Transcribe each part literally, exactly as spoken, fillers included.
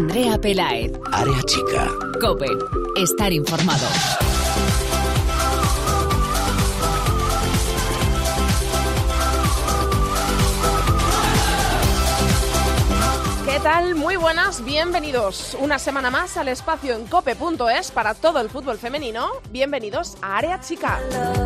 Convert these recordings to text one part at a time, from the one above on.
Andrea Peláez. Área Chica. COPE. Estar informado. ¿Qué tal? Muy buenas, bienvenidos una semana más al espacio en cope punto es para todo el fútbol femenino. Bienvenidos a Área Chica.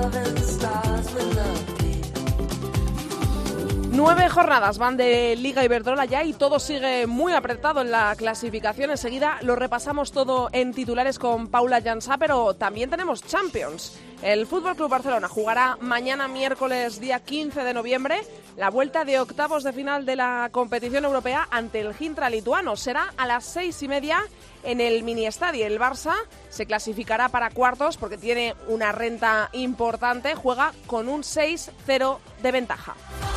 Nueve jornadas van de Liga Iberdrola ya y todo sigue muy apretado en la clasificación. Enseguida lo repasamos todo en titulares con Paula Llansá, pero también tenemos Champions. El F C Barcelona jugará mañana miércoles día quince de noviembre la vuelta de octavos de final de la competición europea ante el Gintra lituano. Será a las seis y media en el mini estadio. El Barça se clasificará para cuartos porque tiene una renta importante. Juega con un seis cero de ventaja.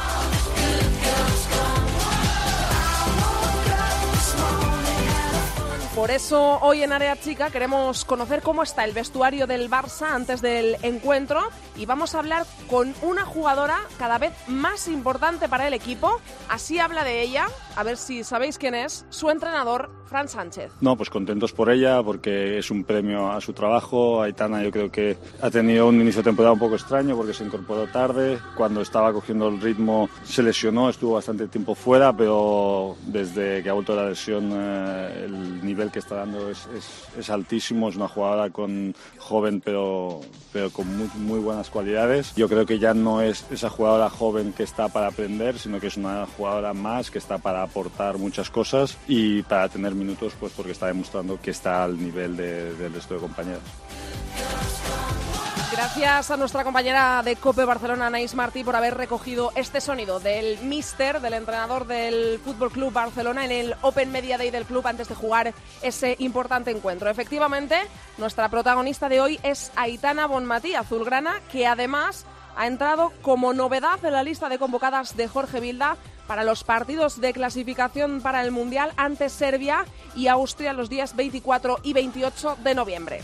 Por eso hoy en Área Chica queremos conocer cómo está el vestuario del Barça antes del encuentro y vamos a hablar con una jugadora cada vez más importante para el equipo. Así habla de ella, a ver si sabéis quién es, su entrenador, Fran Sánchez. No, pues contentos por ella porque es un premio a su trabajo. Aitana yo creo que ha tenido un inicio de temporada un poco extraño porque se incorporó tarde. Cuando estaba cogiendo el ritmo se lesionó, estuvo bastante tiempo fuera, pero desde que ha vuelto de la lesión eh, el nivel que está dando es, es, es altísimo. Es una jugadora con, joven pero, pero con muy, muy buenas cualidades. Yo creo que ya no es esa jugadora joven que está para aprender, sino que es una jugadora más que está para aportar muchas cosas y para tener minutos, pues porque está demostrando que está al nivel de, del resto de compañeros. Gracias a nuestra compañera de COPE Barcelona, Anaís Martí, por haber recogido este sonido del míster, del entrenador del F C Barcelona en el Open Media Day del club antes de jugar ese importante encuentro. Efectivamente, nuestra protagonista de hoy es Aitana Bonmatí, azulgrana, que además ha entrado como novedad en la lista de convocadas de Jorge Vilda para los partidos de clasificación para el Mundial ante Serbia y Austria los días veinticuatro y veintiocho de noviembre.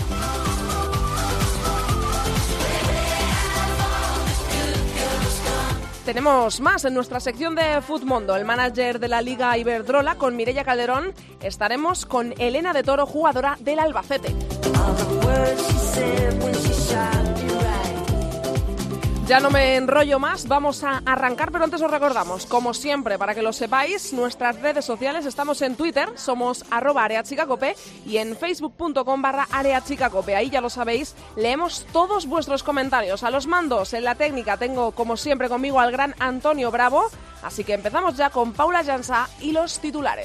Tenemos más en nuestra sección de Futmundo. El manager de la Liga Iberdrola, con Mireia Calderón, estaremos con Elena de Toro, jugadora del Albacete. Ya no me enrollo más, vamos a arrancar, pero antes os recordamos, como siempre, para que lo sepáis, nuestras redes sociales, estamos en Twitter, somos arroba areachicacope y en facebook.com barra areachicacope. Ahí ya lo sabéis, leemos todos vuestros comentarios. A los mandos, en la técnica, tengo como siempre conmigo al gran Antonio Bravo, así que empezamos ya con Paula Llansá y los titulares.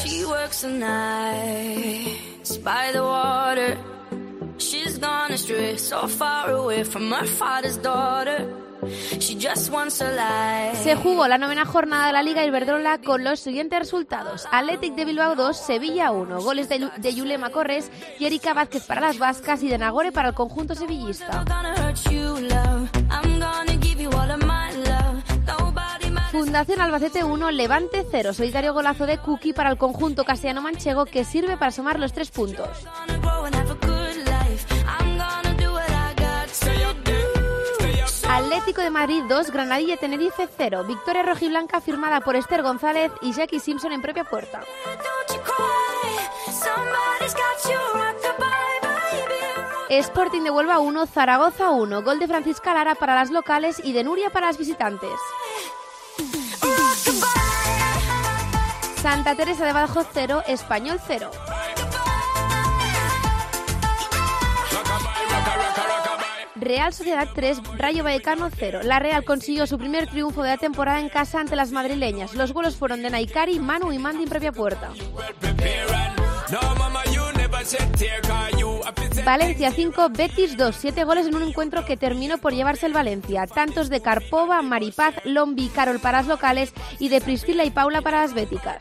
Se jugó la novena jornada de la Liga Iberdrola con los siguientes resultados: Athletic de Bilbao dos, Sevilla uno, goles de, de Yulema Corres y Erika Vázquez para las vascas y de Nagore para el conjunto sevillista. Fundación Albacete uno, Levante cero, solitario golazo de Kuki para el conjunto castellano-manchego que sirve para sumar los tres puntos. Atlético de Madrid dos, Granadilla Tenerife cero, victoria rojiblanca firmada por Esther González y Jackie Simpson en propia puerta. Sporting de Huelva uno, Zaragoza uno, gol de Francisca Lara para las locales y de Nuria para las visitantes. Santa Teresa de Badajoz cero, Español cero. Real Sociedad tres, Rayo Vallecano cero. La Real consiguió su primer triunfo de la temporada en casa ante las madrileñas. Los goles fueron de Naikari, Manu y Mandy en propia puerta. Valencia cinco, Betis dos, siete goles en un encuentro que terminó por llevarse el Valencia. Tantos de Karpova, Maripaz, Lombi, Carol para las locales y de Priscila y Paula para las béticas.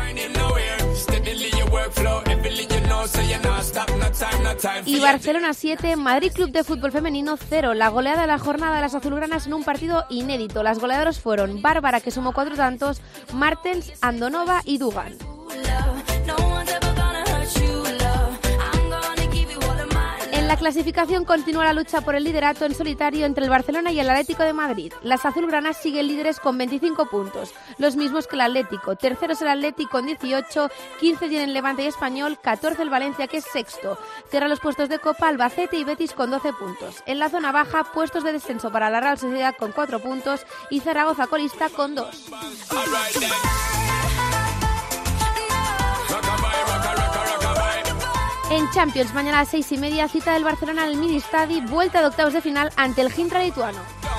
Y Barcelona siete, Madrid Club de Fútbol Femenino cero. La goleada de la jornada de las azulgranas en un partido inédito. Las goleadoras fueron Bárbara, que sumó cuatro tantos, Martens, Andonova y Dugan. En la clasificación continúa la lucha por el liderato en solitario entre el Barcelona y el Atlético de Madrid. Las azulgranas siguen líderes con veinticinco puntos, los mismos que el Atlético. Tercero es el Atlético con dieciocho, quince tienen Levante y Español, catorce el Valencia, que es sexto. Cierra los puestos de Copa Albacete y Betis con doce puntos. En la zona baja, puestos de descenso para la Real Sociedad con cuatro puntos y Zaragoza colista con dos. En Champions, mañana a las seis y media, cita del Barcelona al Ministadi, vuelta de octavos de final ante el Gintra lituano.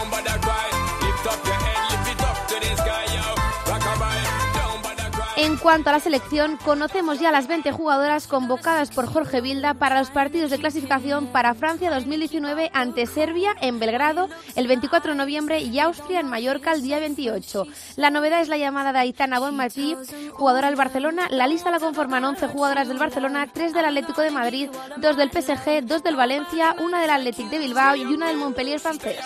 En cuanto a la selección, conocemos ya las veinte jugadoras convocadas por Jorge Vilda para los partidos de clasificación para Francia dos mil diecinueve ante Serbia en Belgrado el veinticuatro de noviembre y Austria en Mallorca el día veintiocho. La novedad es la llamada de Aitana Bonmatí, jugadora del Barcelona. La lista la conforman once jugadoras del Barcelona, tres del Atlético de Madrid, dos del P S G, dos del Valencia, una del Athletic de Bilbao y una del Montpellier francés.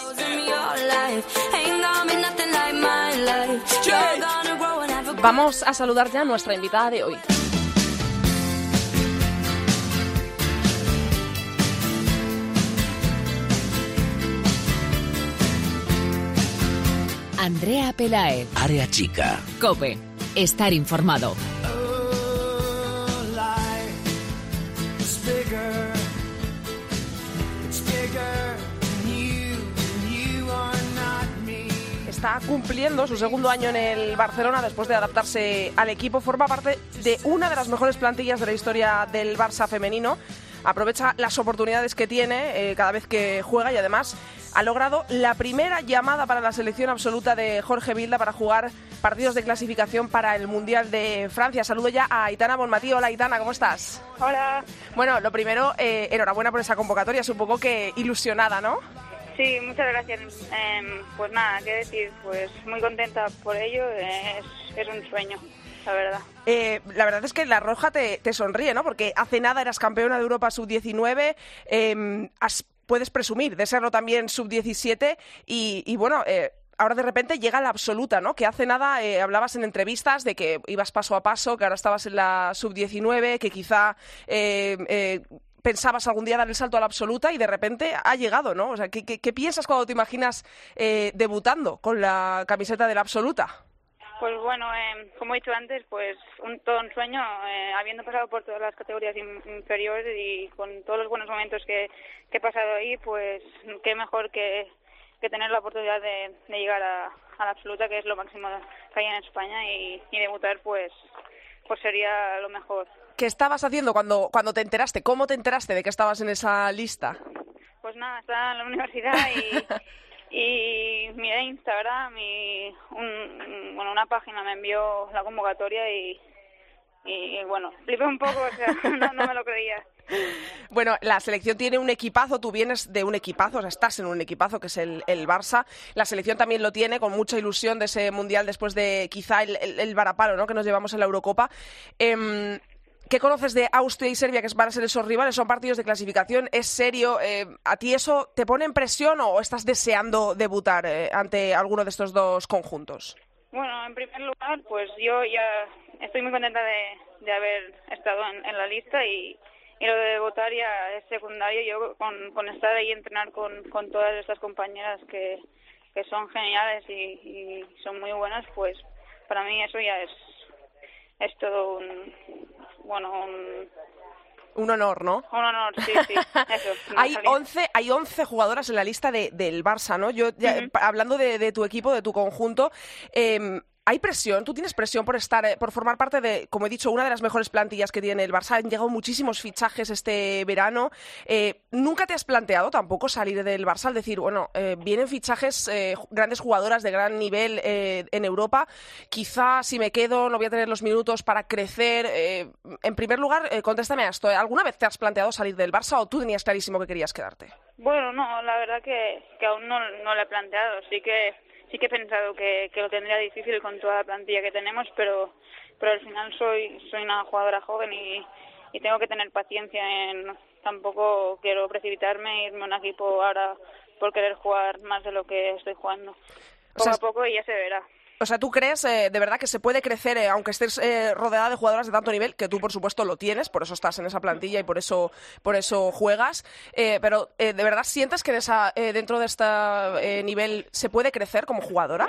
Vamos a saludar ya a nuestra invitada de hoy. Andrea Pelaez. Área chica. COPE. Estar informado. Está cumpliendo su segundo año en el Barcelona después de adaptarse al equipo. Forma parte de una de las mejores plantillas de la historia del Barça femenino. Aprovecha las oportunidades que tiene eh, cada vez que juega y además ha logrado la primera llamada para la selección absoluta de Jorge Vilda para jugar partidos de clasificación para el Mundial de Francia. Saludo ya a Aitana Bonmatí. Hola Aitana, ¿cómo estás? Hola. Bueno, lo primero, eh, enhorabuena por esa convocatoria, supongo que ilusionada, ¿no? Sí, muchas gracias. Eh, pues nada, qué decir, pues muy contenta por ello, eh, es, es un sueño, la verdad. Eh, la verdad es que la roja te, te sonríe, ¿no? Porque hace nada eras campeona de Europa sub diecinueve, eh, has, puedes presumir de serlo también sub diecisiete y, y bueno... Eh, ahora de repente llega la absoluta, ¿no? Que hace nada eh, hablabas en entrevistas de que ibas paso a paso, que ahora estabas en la sub diecinueve, que quizá... Eh, eh, pensabas algún día dar el salto a la absoluta y de repente ha llegado, ¿no? O sea, ¿qué, qué, qué piensas cuando te imaginas eh, debutando con la camiseta de la absoluta? Pues bueno, eh, como he dicho antes, pues un, todo un sueño, eh, habiendo pasado por todas las categorías in, inferiores y con todos los buenos momentos que, que he pasado ahí, pues qué mejor que, que tener la oportunidad de, de llegar a, a la absoluta, que es lo máximo que hay en España, y, y debutar, pues, pues sería lo mejor. ¿Qué estabas haciendo cuando, cuando te enteraste? ¿Cómo te enteraste de que estabas en esa lista? Pues nada, estaba en la universidad y, y miré Instagram y un, bueno, una página me envió la convocatoria y, y bueno, flipé un poco, o sea, no, no me lo creía. Bueno, la selección tiene un equipazo, tú vienes de un equipazo, o sea, estás en un equipazo que es el, el Barça. La selección también lo tiene, con mucha ilusión de ese Mundial después de quizá el, el, el varapalo, ¿no?, que nos llevamos en la Eurocopa. Eh, ¿Qué conoces de Austria y Serbia, que van a ser esos rivales? Son partidos de clasificación, ¿es serio? Eh, ¿A ti eso te pone en presión o estás deseando debutar eh, ante alguno de estos dos conjuntos? Bueno, en primer lugar, pues yo ya estoy muy contenta de, de haber estado en, en la lista y, y lo de debutar ya es secundario. Yo con, con estar ahí y entrenar con, con todas estas compañeras que, que son geniales y, y son muy buenas, pues para mí eso ya es, es todo un... Bueno, un... Un honor, ¿no? Un honor, sí, sí. Eso, hay once, hay once jugadoras en la lista de, del Barça, ¿no? Yo, ya, uh-huh. hablando de, de tu equipo, de tu conjunto, eh, ¿hay presión? ¿Tú tienes presión por estar, eh, por formar parte de, como he dicho, una de las mejores plantillas que tiene el Barça? Han llegado muchísimos fichajes este verano. Eh, ¿Nunca te has planteado tampoco salir del Barça al decir, bueno, eh, vienen fichajes, eh, grandes jugadoras de gran nivel eh, en Europa, quizá si me quedo no voy a tener los minutos para crecer? Eh, en primer lugar, eh, contéstame a esto. ¿Alguna vez te has planteado salir del Barça o tú tenías clarísimo que querías quedarte? Bueno, no, la verdad que, que aún no, no lo he planteado. Sí que sí que he pensado que, que lo tendría difícil con toda la plantilla que tenemos, pero pero al final soy soy una jugadora joven y, y tengo que tener paciencia. En tampoco quiero precipitarme e irme a un equipo ahora por querer jugar más de lo que estoy jugando. Poco o sea, a poco y ya se verá. o sea, ¿tú crees eh, de verdad que se puede crecer, eh, aunque estés eh, rodeada de jugadoras de tanto nivel, que tú por supuesto lo tienes, por eso estás en esa plantilla y por eso, por eso juegas, eh, pero eh, ¿de verdad sientes que en esa, eh, dentro de este eh, nivel se puede crecer como jugadora?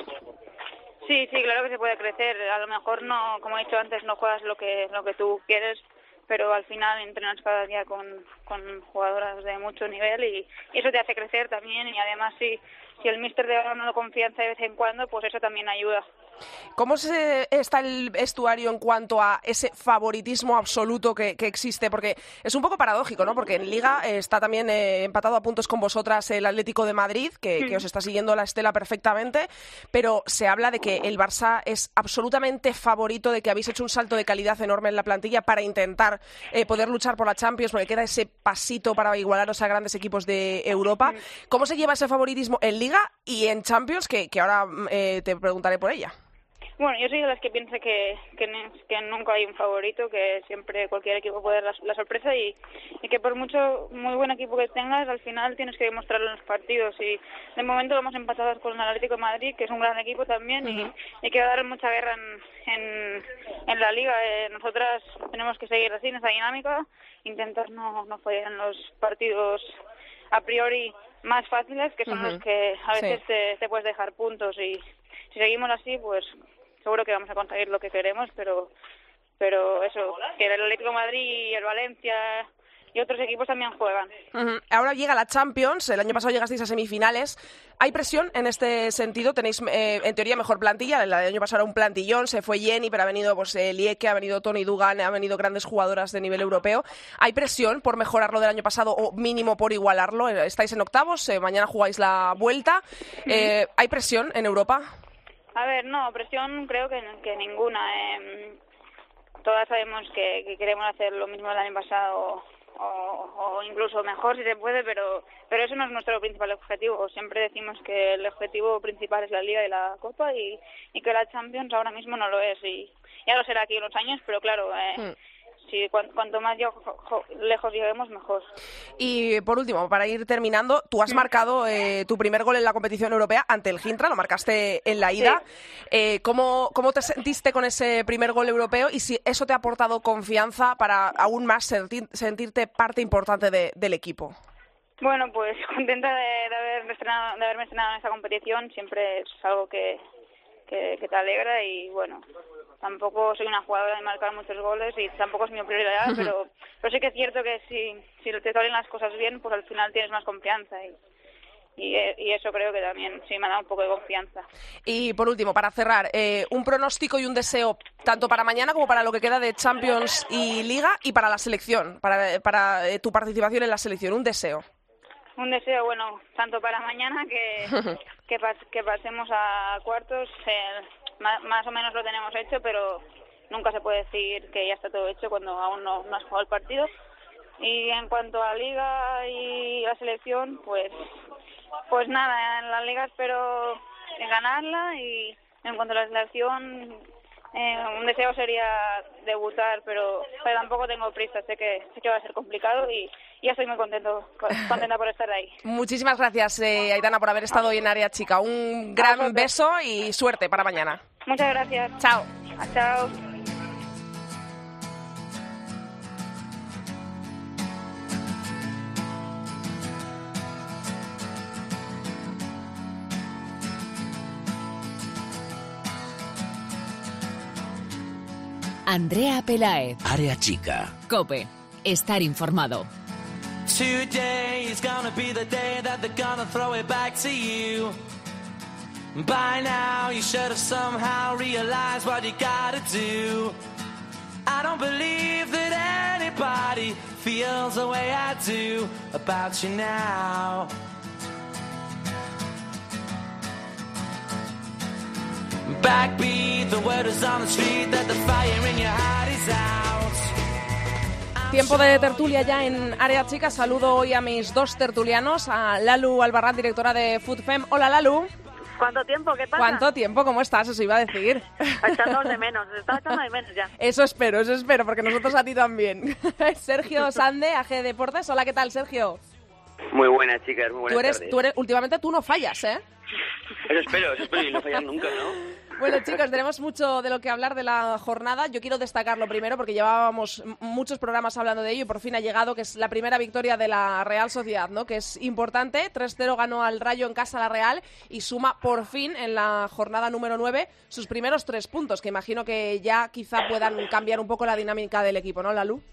Sí, sí, claro que se puede crecer. A lo mejor no, como he dicho antes, no juegas lo que lo que tú quieres, pero al final entrenas cada día con, con jugadoras de mucho nivel y, y eso te hace crecer también, y además si, si el míster te va dando confianza de vez en cuando, pues eso también ayuda. ¿Cómo se está el vestuario en cuanto a ese favoritismo absoluto que, que existe? Porque es un poco paradójico, ¿no? Porque en Liga eh, está también eh, empatado a puntos con vosotras el Atlético de Madrid, que, que os está siguiendo la estela perfectamente, pero se habla de que el Barça es absolutamente favorito, de que habéis hecho un salto de calidad enorme en la plantilla para intentar eh, poder luchar por la Champions, porque queda ese pasito para igualaros a grandes equipos de Europa. ¿Cómo se lleva ese favoritismo en Liga y en Champions, que, que ahora eh, te preguntaré por ella? Bueno, yo soy de las que piensa que, que, que nunca hay un favorito, que siempre cualquier equipo puede dar la, la sorpresa y, y que por mucho muy buen equipo que tengas, al final tienes que demostrarlo en los partidos. Y de momento vamos empatados con el Atlético de Madrid, que es un gran equipo también, uh-huh. y, y que va a dar mucha guerra en, en, en la Liga. Eh, nosotras tenemos que seguir así en esa dinámica, intentar no, no fallar en los partidos a priori más fáciles, que son uh-huh. los que a veces sí. te, te puedes dejar puntos, y si seguimos así, pues seguro que vamos a conseguir lo que queremos, pero pero eso, que el Atlético de Madrid y el Valencia y otros equipos también juegan. Uh-huh. Ahora llega la Champions, el año pasado llegasteis a semifinales. ¿Hay presión en este sentido? Tenéis, eh, en teoría, mejor plantilla. El año pasado era un plantillón, se fue Jenny, pero ha venido pues, eh, Lieke, ha venido Toni Dugan, ha venido grandes jugadoras de nivel europeo. ¿Hay presión por mejorarlo del año pasado o mínimo por igualarlo? Estáis en octavos, eh, mañana jugáis la vuelta. Eh, ¿Hay presión en Europa? A ver, no, presión creo que, que ninguna. Eh, todas sabemos que, que queremos hacer lo mismo del año pasado o, o incluso mejor si se puede, pero pero eso no es nuestro principal objetivo. Siempre decimos que el objetivo principal es la Liga y la Copa y, y que la Champions ahora mismo no lo es. Y ya lo será aquí en unos años, pero claro... Eh, hmm. Sí, cuanto más lejos lleguemos, mejor. Y por último, para ir terminando, tú has marcado eh, tu primer gol en la competición europea ante el Gintra, lo marcaste en la ida. Sí. Eh, ¿cómo, ¿Cómo te sentiste con ese primer gol europeo y si eso te ha aportado confianza para aún más sentir, sentirte parte importante de, del equipo? Bueno, pues contenta de, de, haber estrenado, de haberme estrenado en esa competición. Siempre es algo que, que, que te alegra y bueno... Tampoco soy una jugadora de marcar muchos goles y tampoco es mi prioridad, pero, pero sí que es cierto que si, si te salen las cosas bien, pues al final tienes más confianza y, y, y eso creo que también sí me ha dado un poco de confianza. Y por último, para cerrar, eh, un pronóstico y un deseo tanto para mañana como para lo que queda de Champions y Liga y para la selección, para, para eh, tu participación en la selección, un deseo. Un deseo, bueno, tanto para mañana que, que, pas, que pasemos a cuartos. Eh, más, más o menos lo tenemos hecho, pero nunca se puede decir que ya está todo hecho cuando aún no, no has jugado el partido. Y en cuanto a Liga y la selección, pues pues nada, en la Liga espero ganarla y en cuanto a la selección, eh, un deseo sería debutar, pero, pero tampoco tengo prisa, sé que sé que va a ser complicado y ya estoy muy contento, contenta por estar ahí. Muchísimas gracias, eh, Aitana, por haber estado hoy en Área Chica. Un gran beso y suerte para mañana. Muchas gracias. Chao. Chao. Andrea Peláez. Área Chica. COPE. Estar informado. Today is gonna be the day that they're gonna throw it back to you. By now you should have somehow realized what you gotta do. I don't believe that anybody feels the way I do about you now. Backbeat, the word is on the street that the fire in your heart is out. Tiempo de tertulia ya en Área Chica. Saludo hoy a mis dos tertulianos, a Lalu Albarrán, directora de FoodFem. Hola, Lalu. ¿Cuánto tiempo? ¿Qué pasa? ¿Cuánto tiempo? ¿Cómo estás? Eso iba a decir. Echándonos de menos, nos estaba echando de menos ya. Eso espero, eso espero, porque nosotros a ti también. Sergio Sande, A G Deportes. Hola, ¿qué tal, Sergio? Muy buenas, chicas, muy buenas tú eres, tardes. Tú eres, últimamente tú no fallas, ¿eh? Eso espero, eso espero y no fallar nunca, ¿no? Bueno, chicos, tenemos mucho de lo que hablar de la jornada. Yo quiero destacarlo primero porque llevábamos muchos programas hablando de ello y por fin ha llegado, que es la primera victoria de la Real Sociedad, ¿no? Que es importante. tres cero ganó al Rayo en casa la Real y suma por fin en la jornada número nueve sus primeros tres puntos, que imagino que ya quizá puedan cambiar un poco la dinámica del equipo, ¿no, Lalu?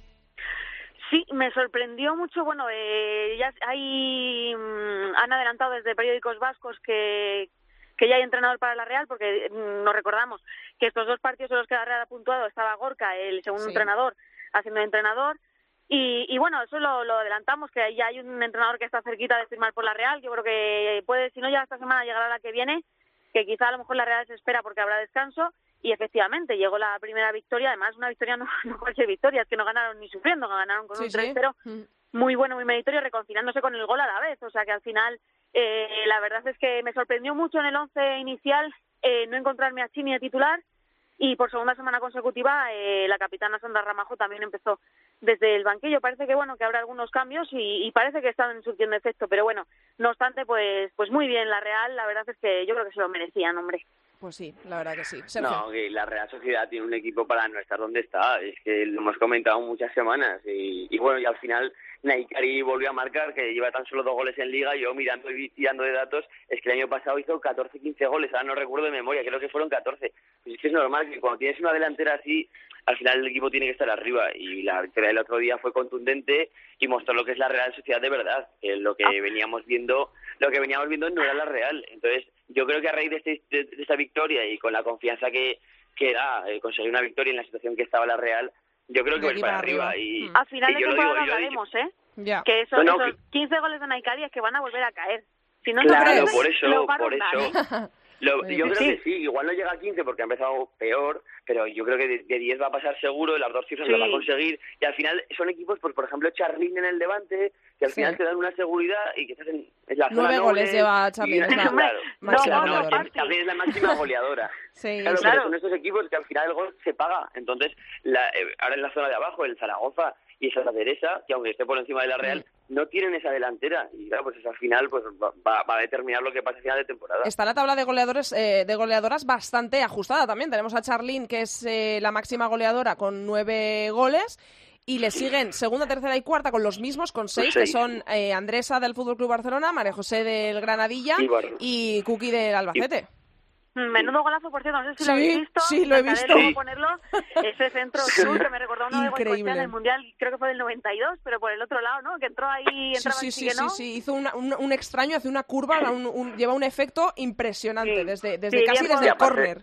Sí, me sorprendió mucho. Bueno, eh, ya hay, mmm, han adelantado desde periódicos vascos que, que ya hay entrenador para la Real, porque mmm, nos recordamos que estos dos partidos en los que la Real ha puntuado estaba Gorka, el segundo sí. entrenador, haciendo de entrenador. Y, y bueno, eso lo, lo adelantamos, que ya hay un entrenador que está cerquita de firmar por la Real. Yo creo que puede, si no llega esta semana, llegará la que viene, que quizá a lo mejor la Real se espera porque habrá descanso. Y efectivamente llegó la primera victoria, además una victoria no, no cualquier victoria, es que no ganaron ni sufriendo, ganaron con sí, un tres cero, sí. muy bueno, muy meritorio, reconciliándose con el gol a la vez, o sea que al final eh, la verdad es que me sorprendió mucho en el once inicial eh, no encontrarme a Chini de titular, y por segunda semana consecutiva eh, la capitana Sandra Ramajo también empezó desde el banquillo. Parece que bueno que habrá algunos cambios y, y parece que están surtiendo efecto, pero bueno, no obstante, pues pues muy bien la Real, la verdad es que yo creo que se lo merecían, hombre. Pues sí, la verdad que sí. Sergio. No, que la Real Sociedad tiene un equipo para no estar donde está, es que lo hemos comentado muchas semanas y, y bueno, y al final Naikari volvió a marcar, que lleva tan solo dos goles en Liga. Yo mirando y tirando de datos, es que el año pasado hizo catorce, quince goles, ahora no recuerdo de memoria, creo que fueron catorce. Pues es que es normal que cuando tienes una delantera así, al final el equipo tiene que estar arriba, y la victoria del otro día fue contundente y mostró lo que es la Real Sociedad de verdad, que lo que veníamos viendo, lo que veníamos viendo no era la Real. Entonces yo creo que a raíz de, este, de, de esta victoria y con la confianza que, que da eh, conseguir una victoria en la situación que estaba la Real, yo creo que va para arriba. arriba. Y, a final y de yo temporada lo digo, hablaremos, ¿eh? Ya. Que eso, no, no, esos quince goles de Naikari es que van a volver a caer. Si no, claro, no por eso, por dar, eso. ¿eh? Lo, yo creo sí. que sí, igual no llega a quince porque ha empezado peor, pero yo creo que de, de diez va a pasar seguro, las dos cifras sí. lo va a conseguir, y al final son equipos, pues por ejemplo Charlín en el Levante, que al sí. final te dan una seguridad y que estás en, en la zona nueve noble, goles lleva Charlín, y, claro, claro, no, no, no, Charlín es la máxima goleadora. Sí, claro, claro, pero son estos equipos que al final el gol se paga. Entonces, la, eh, ahora en la zona de abajo, el Zaragoza y Santa Teresa, que aunque esté por encima de la Real, mm. no tienen esa delantera. Y claro, pues eso al final pues va, va a determinar lo que pasa a final de temporada. Está la tabla de goleadores eh, de goleadoras bastante ajustada también. Tenemos a Charlín, que es eh, la máxima goleadora, con nueve goles. Y le siguen segunda, tercera y cuarta con los mismos, con seis, seis. que son eh, Andresa del F C Barcelona, María José del Granadilla y, y Cookie del Albacete. Y... Menudo golazo, por cierto, no sé si sí, lo habéis visto. Sí, lo he visto. Sí. Ponerlo, ese centro sur que me recordó uno de Goicoechea en el Mundial, creo que fue del noventa y dos, pero por el otro lado, ¿no? Que entró ahí, entraba sí, sí, y sí, sí, sí, hizo una, un, un extraño, hace una curva, un, un, lleva un efecto impresionante, sí. desde, desde sí, casi desde el córner.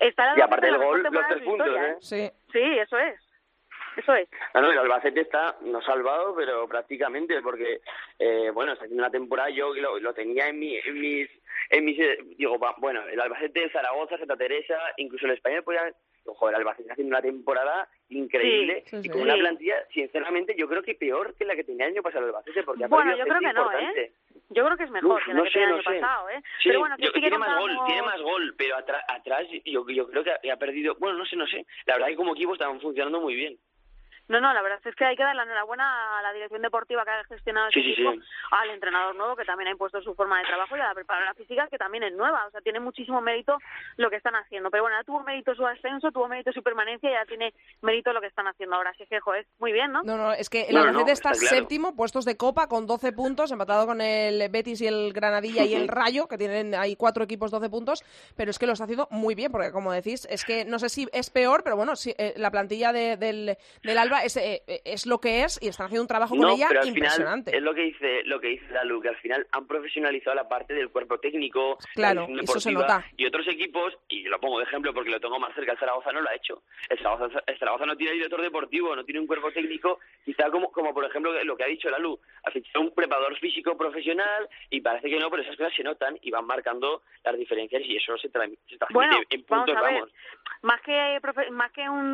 Y aparte del gol, los tres puntos, ¿eh? Sí. Sí, eso es. Eso es. No, no, el Albacete está no salvado, pero prácticamente, porque, eh, bueno, está haciendo una temporada, yo lo, lo tenía en, mi, en mis, en mis, eh, digo, va, bueno, el Albacete, el Zaragoza, Santa Teresa, incluso el España podía, ojo, el Albacete haciendo una temporada increíble, sí, sí, y sí. con una plantilla, sinceramente, yo creo que peor que la que tenía el año pasado el Albacete, porque ha bueno, perdido yo creo que importante. no, ¿eh? Yo creo que es mejor Uf, que la no que sé, tenía el no año sé. pasado, ¿eh? Sí, pero bueno, yo, sí tiene que más contamos... gol, tiene más gol, pero atrás, atrás yo, yo creo que ha perdido, bueno, no sé, no sé, la verdad que como equipo estaban funcionando muy bien. No, no, la verdad es que hay que dar la enhorabuena a la dirección deportiva que ha gestionado ese sí, equipo, sí, sí. al entrenador nuevo que también ha impuesto su forma de trabajo y a la preparadora física que también es nueva, o sea, tiene muchísimo mérito lo que están haciendo, pero bueno, ya tuvo mérito su ascenso, tuvo mérito su permanencia y ya tiene mérito lo que están haciendo ahora, así que, joder, muy bien, ¿no? No, no, es que el no, Albacete no, está, está claro. séptimo, puestos de Copa con doce puntos, empatado con el Betis y el Granadilla y el Rayo, que tienen ahí cuatro equipos, doce puntos, pero es que lo está haciendo muy bien, porque como decís, es que no sé si es peor, pero bueno, si, eh, la plantilla de, del, del Alba es... Eh, es lo que es y están haciendo un trabajo con no, ella pero al impresionante. Final es lo que dice lo que dice Lalu, que al final han profesionalizado la parte del cuerpo técnico, claro, eso se nota. Y otros equipos, y lo pongo de ejemplo porque lo tengo más cerca, el Zaragoza no lo ha hecho. El Zaragoza, el Zaragoza no tiene director deportivo, no tiene un cuerpo técnico, quizá como, como por ejemplo lo que ha dicho Lalu, ha fichado un preparador físico profesional y parece que no, pero esas cosas se notan y van marcando las diferencias y eso se, tra- se transmite bueno, en puntos, vamos. A ver. vamos. Más que profe- más que un,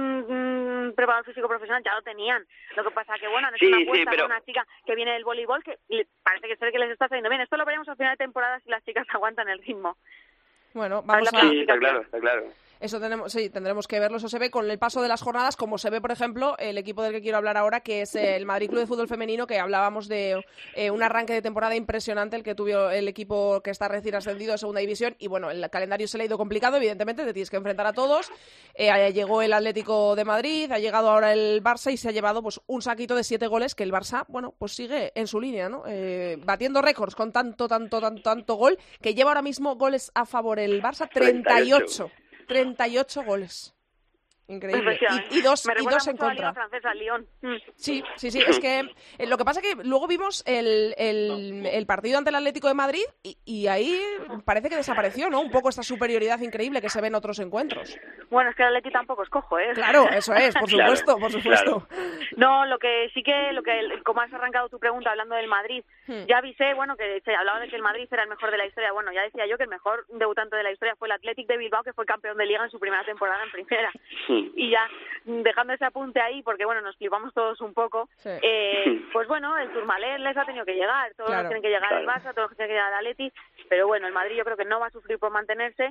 un preparador físico profesional ya lo tenían. Lo que pasa que bueno, han hecho sí, una apuesta sí, pero... con una chica que viene del voleibol que parece que, que les está saliendo bien. Esto lo veremos al final de temporada si las chicas aguantan el ritmo. Bueno, vamos a... Sí, está claro, está claro. Eso tenemos, sí, tendremos que verlo. Eso se ve con el paso de las jornadas, como se ve, por ejemplo, el equipo del que quiero hablar ahora, que es el Madrid Club de Fútbol Femenino, que hablábamos de eh, un arranque de temporada impresionante el que tuvo el equipo que está recién ascendido a Segunda División. Y bueno, el calendario se le ha ido complicado, evidentemente, te tienes que enfrentar a todos. Eh, llegó el Atlético de Madrid, ha llegado ahora el Barça y se ha llevado pues un saquito de siete goles, que el Barça, bueno, pues sigue en su línea, ¿no? Eh, batiendo récords con tanto, tanto, tanto, tanto gol, que lleva ahora mismo goles a favor el Barça, treinta y ocho. treinta y ocho goles. Increíble. Y, y dos, y dos en contra. A la francesa, Lyon. Sí, sí, sí. Es que eh, lo que pasa es que luego vimos el, el, el partido ante el Atlético de Madrid y, y ahí parece que desapareció, ¿no? Un poco esta superioridad increíble que se ve en otros encuentros. Bueno, es que el Atleti tampoco es cojo, ¿eh? Claro, eso es, por supuesto, claro, por supuesto. Claro. No, lo que sí que, lo que como has arrancado tu pregunta hablando del Madrid, hmm. ya avisé, bueno, que se hablaba de que el Madrid era el mejor de la historia. Bueno, ya decía yo que el mejor debutante de la historia fue el Athletic de Bilbao, que fue campeón de Liga en su primera temporada en primera. Y ya, dejando ese apunte ahí, porque bueno, nos flipamos todos un poco, sí. eh, pues bueno, el Tourmalet les ha tenido que llegar, todos claro, tienen que llegar claro. el Barça, todos tienen que llegar al Atleti, pero bueno, el Madrid yo creo que no va a sufrir por mantenerse,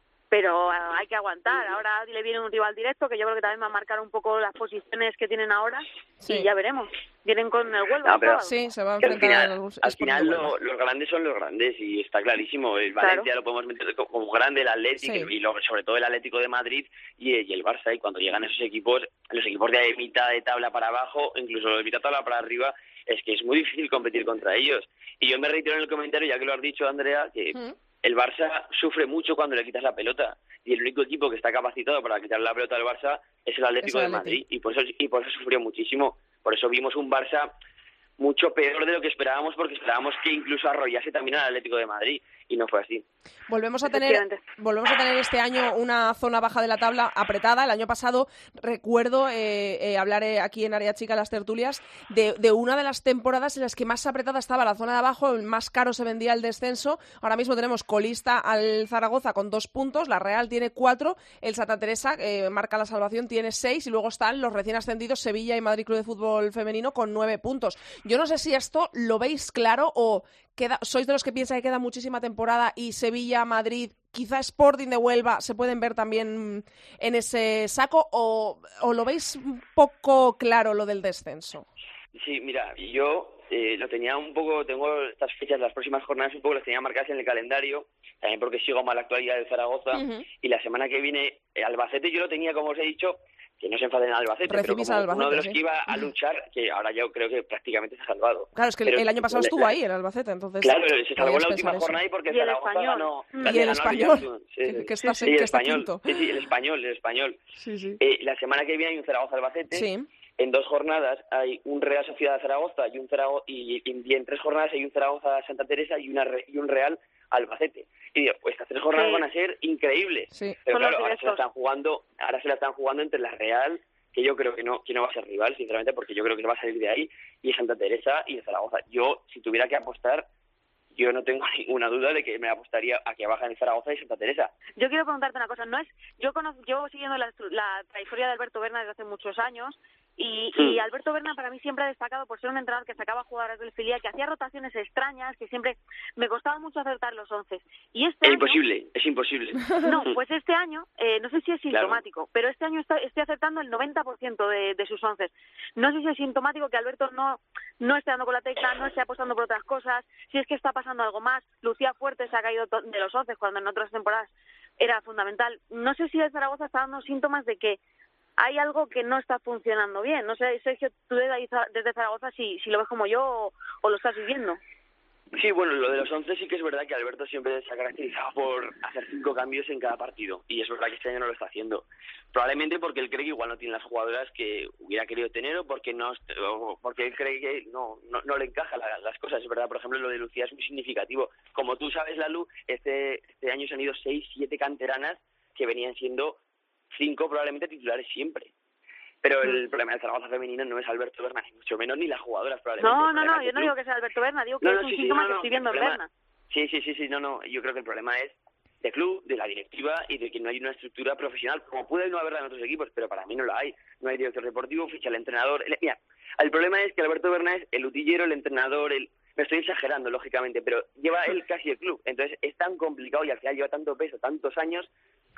pero hay que aguantar. Ahora le viene un rival directo que yo creo que también va a marcar un poco las posiciones que tienen ahora sí. y ya veremos. Vienen con el Huelva. No, pero, sí, se va a enfrentar al final, a los, al final lo, los grandes son los grandes y está clarísimo. El Valencia claro. lo podemos meter como grande, el Atlético sí. y lo, sobre todo el Atlético de Madrid y, y el Barça. Y cuando llegan esos equipos, los equipos de mitad de tabla para abajo, incluso los de mitad de tabla para arriba, es que es muy difícil competir contra ellos. Y yo me reitero en el comentario, ya que lo has dicho, Andrea, que ¿Mm? el Barça sufre mucho cuando le quitas la pelota y el único equipo que está capacitado para quitar la pelota al Barça es el Atlético es el de Madrid y por eso y por eso sufrió muchísimo. Por eso vimos un Barça mucho peor de lo que esperábamos, porque esperábamos que incluso arrollase también al Atlético de Madrid y no fue así. Volvemos a tener volvemos a tener este año una zona baja de la tabla apretada. El año pasado recuerdo eh, eh, hablar eh, aquí en Área Chica, las tertulias, de, de una de las temporadas en las que más apretada estaba la zona de abajo, el más caro se vendía el descenso. Ahora mismo tenemos colista al Zaragoza con dos puntos, la Real tiene cuatro, el Santa Teresa eh, marca la salvación, tiene seis, y luego están los recién ascendidos Sevilla y Madrid Club de Fútbol Femenino con nueve puntos. Yo no sé si esto lo veis claro o queda, sois de los que piensan que queda muchísima temporada y Sevilla, Madrid, quizá Sporting de Huelva se pueden ver también en ese saco, o, o lo veis un poco claro lo del descenso. Sí, mira, yo eh, lo tenía un poco, tengo estas fechas, las próximas jornadas un poco las tenía marcadas en el calendario, también porque sigo mal la actualidad de Zaragoza, uh-huh. y la semana que viene eh, Albacete yo lo tenía, como os he dicho, que no se enfaden en Albacete, Recibís pero como Albacete, uno de los sí. que iba a luchar, que ahora yo creo que prácticamente se ha salvado. Claro, es que pero el año pasado estuvo ahí, en Albacete, entonces... Claro, se salvó en la última jornada y porque y el Zaragoza español. ganó... Y el español, sí, sí. que está, sí, que el está español, quinto. Sí, sí, el español, el español. Sí, sí. Eh, la semana que viene hay un Zaragoza-Albacete. Sí. En dos jornadas hay un Real Sociedad Zaragoza y un Zaragoza, y, y, y en tres jornadas hay un Zaragoza Santa Teresa y una y un Real Albacete. Y digo, pues estas tres jornadas sí. van a ser increíbles. Sí. Pero claro, ahora se la están jugando, ahora se la están jugando entre la Real, que yo creo que no, que no va a ser rival, sinceramente, porque yo creo que va a salir de ahí, y Santa Teresa y Zaragoza. Yo, si tuviera que apostar, yo no tengo ninguna duda de que me apostaría a que bajan Zaragoza y Santa Teresa. Yo quiero preguntarte una cosa, no es, yo conozco, yo siguiendo la, la trayectoria de Alberto Berna desde hace muchos años, y, sí. y Alberto Berna para mí siempre ha destacado por ser un entrenador que sacaba jugadores del filial, que hacía rotaciones extrañas, que siempre me costaba mucho acertar los once. Y este es año, imposible, es imposible. No, pues este año, eh, no sé si es sintomático, claro. pero este año está, estoy acertando el noventa por ciento de, de sus once. No sé si es sintomático que Alberto no, no esté dando con la tecla, no esté apostando por otras cosas, si es que está pasando algo más. Lucía Fuerte se ha caído de los once cuando en otras temporadas era fundamental. No sé si el Zaragoza está dando síntomas de que hay algo que no está funcionando bien. No sé, Sergio, tú desde Zaragoza si, si lo ves como yo o, o lo estás viviendo. Sí, bueno, lo de los once sí que es verdad que Alberto siempre se ha caracterizado por hacer cinco cambios en cada partido, y es verdad que este año no lo está haciendo. Probablemente porque él cree que igual no tiene las jugadoras que hubiera querido tener, o porque no, o porque él cree que no, no, no le encaja la, las cosas. Es verdad, por ejemplo, lo de Lucía es muy significativo. Como tú sabes, Lalu, este, este año se han ido seis, siete canteranas que venían siendo cinco probablemente titulares siempre. Pero el problema del Zaragoza femenino no es Alberto Berna, ni mucho menos, ni las jugadoras probablemente. No, no, no, yo no digo que sea Alberto Berna, digo que no, no, es un sí, síntoma sí, no, que no, estoy viendo en Berna. Sí, sí, sí, sí, no, no, yo creo que el problema es del club, de la directiva y de que no hay una estructura profesional, como puede no haberla en otros equipos, pero para mí no la hay. No hay director deportivo, ficha el entrenador. El, mira, el problema es que Alberto Berna es el utillero, el entrenador, el... Me estoy exagerando, lógicamente, pero lleva él casi el club. Entonces es tan complicado y al final lleva tanto peso, tantos años,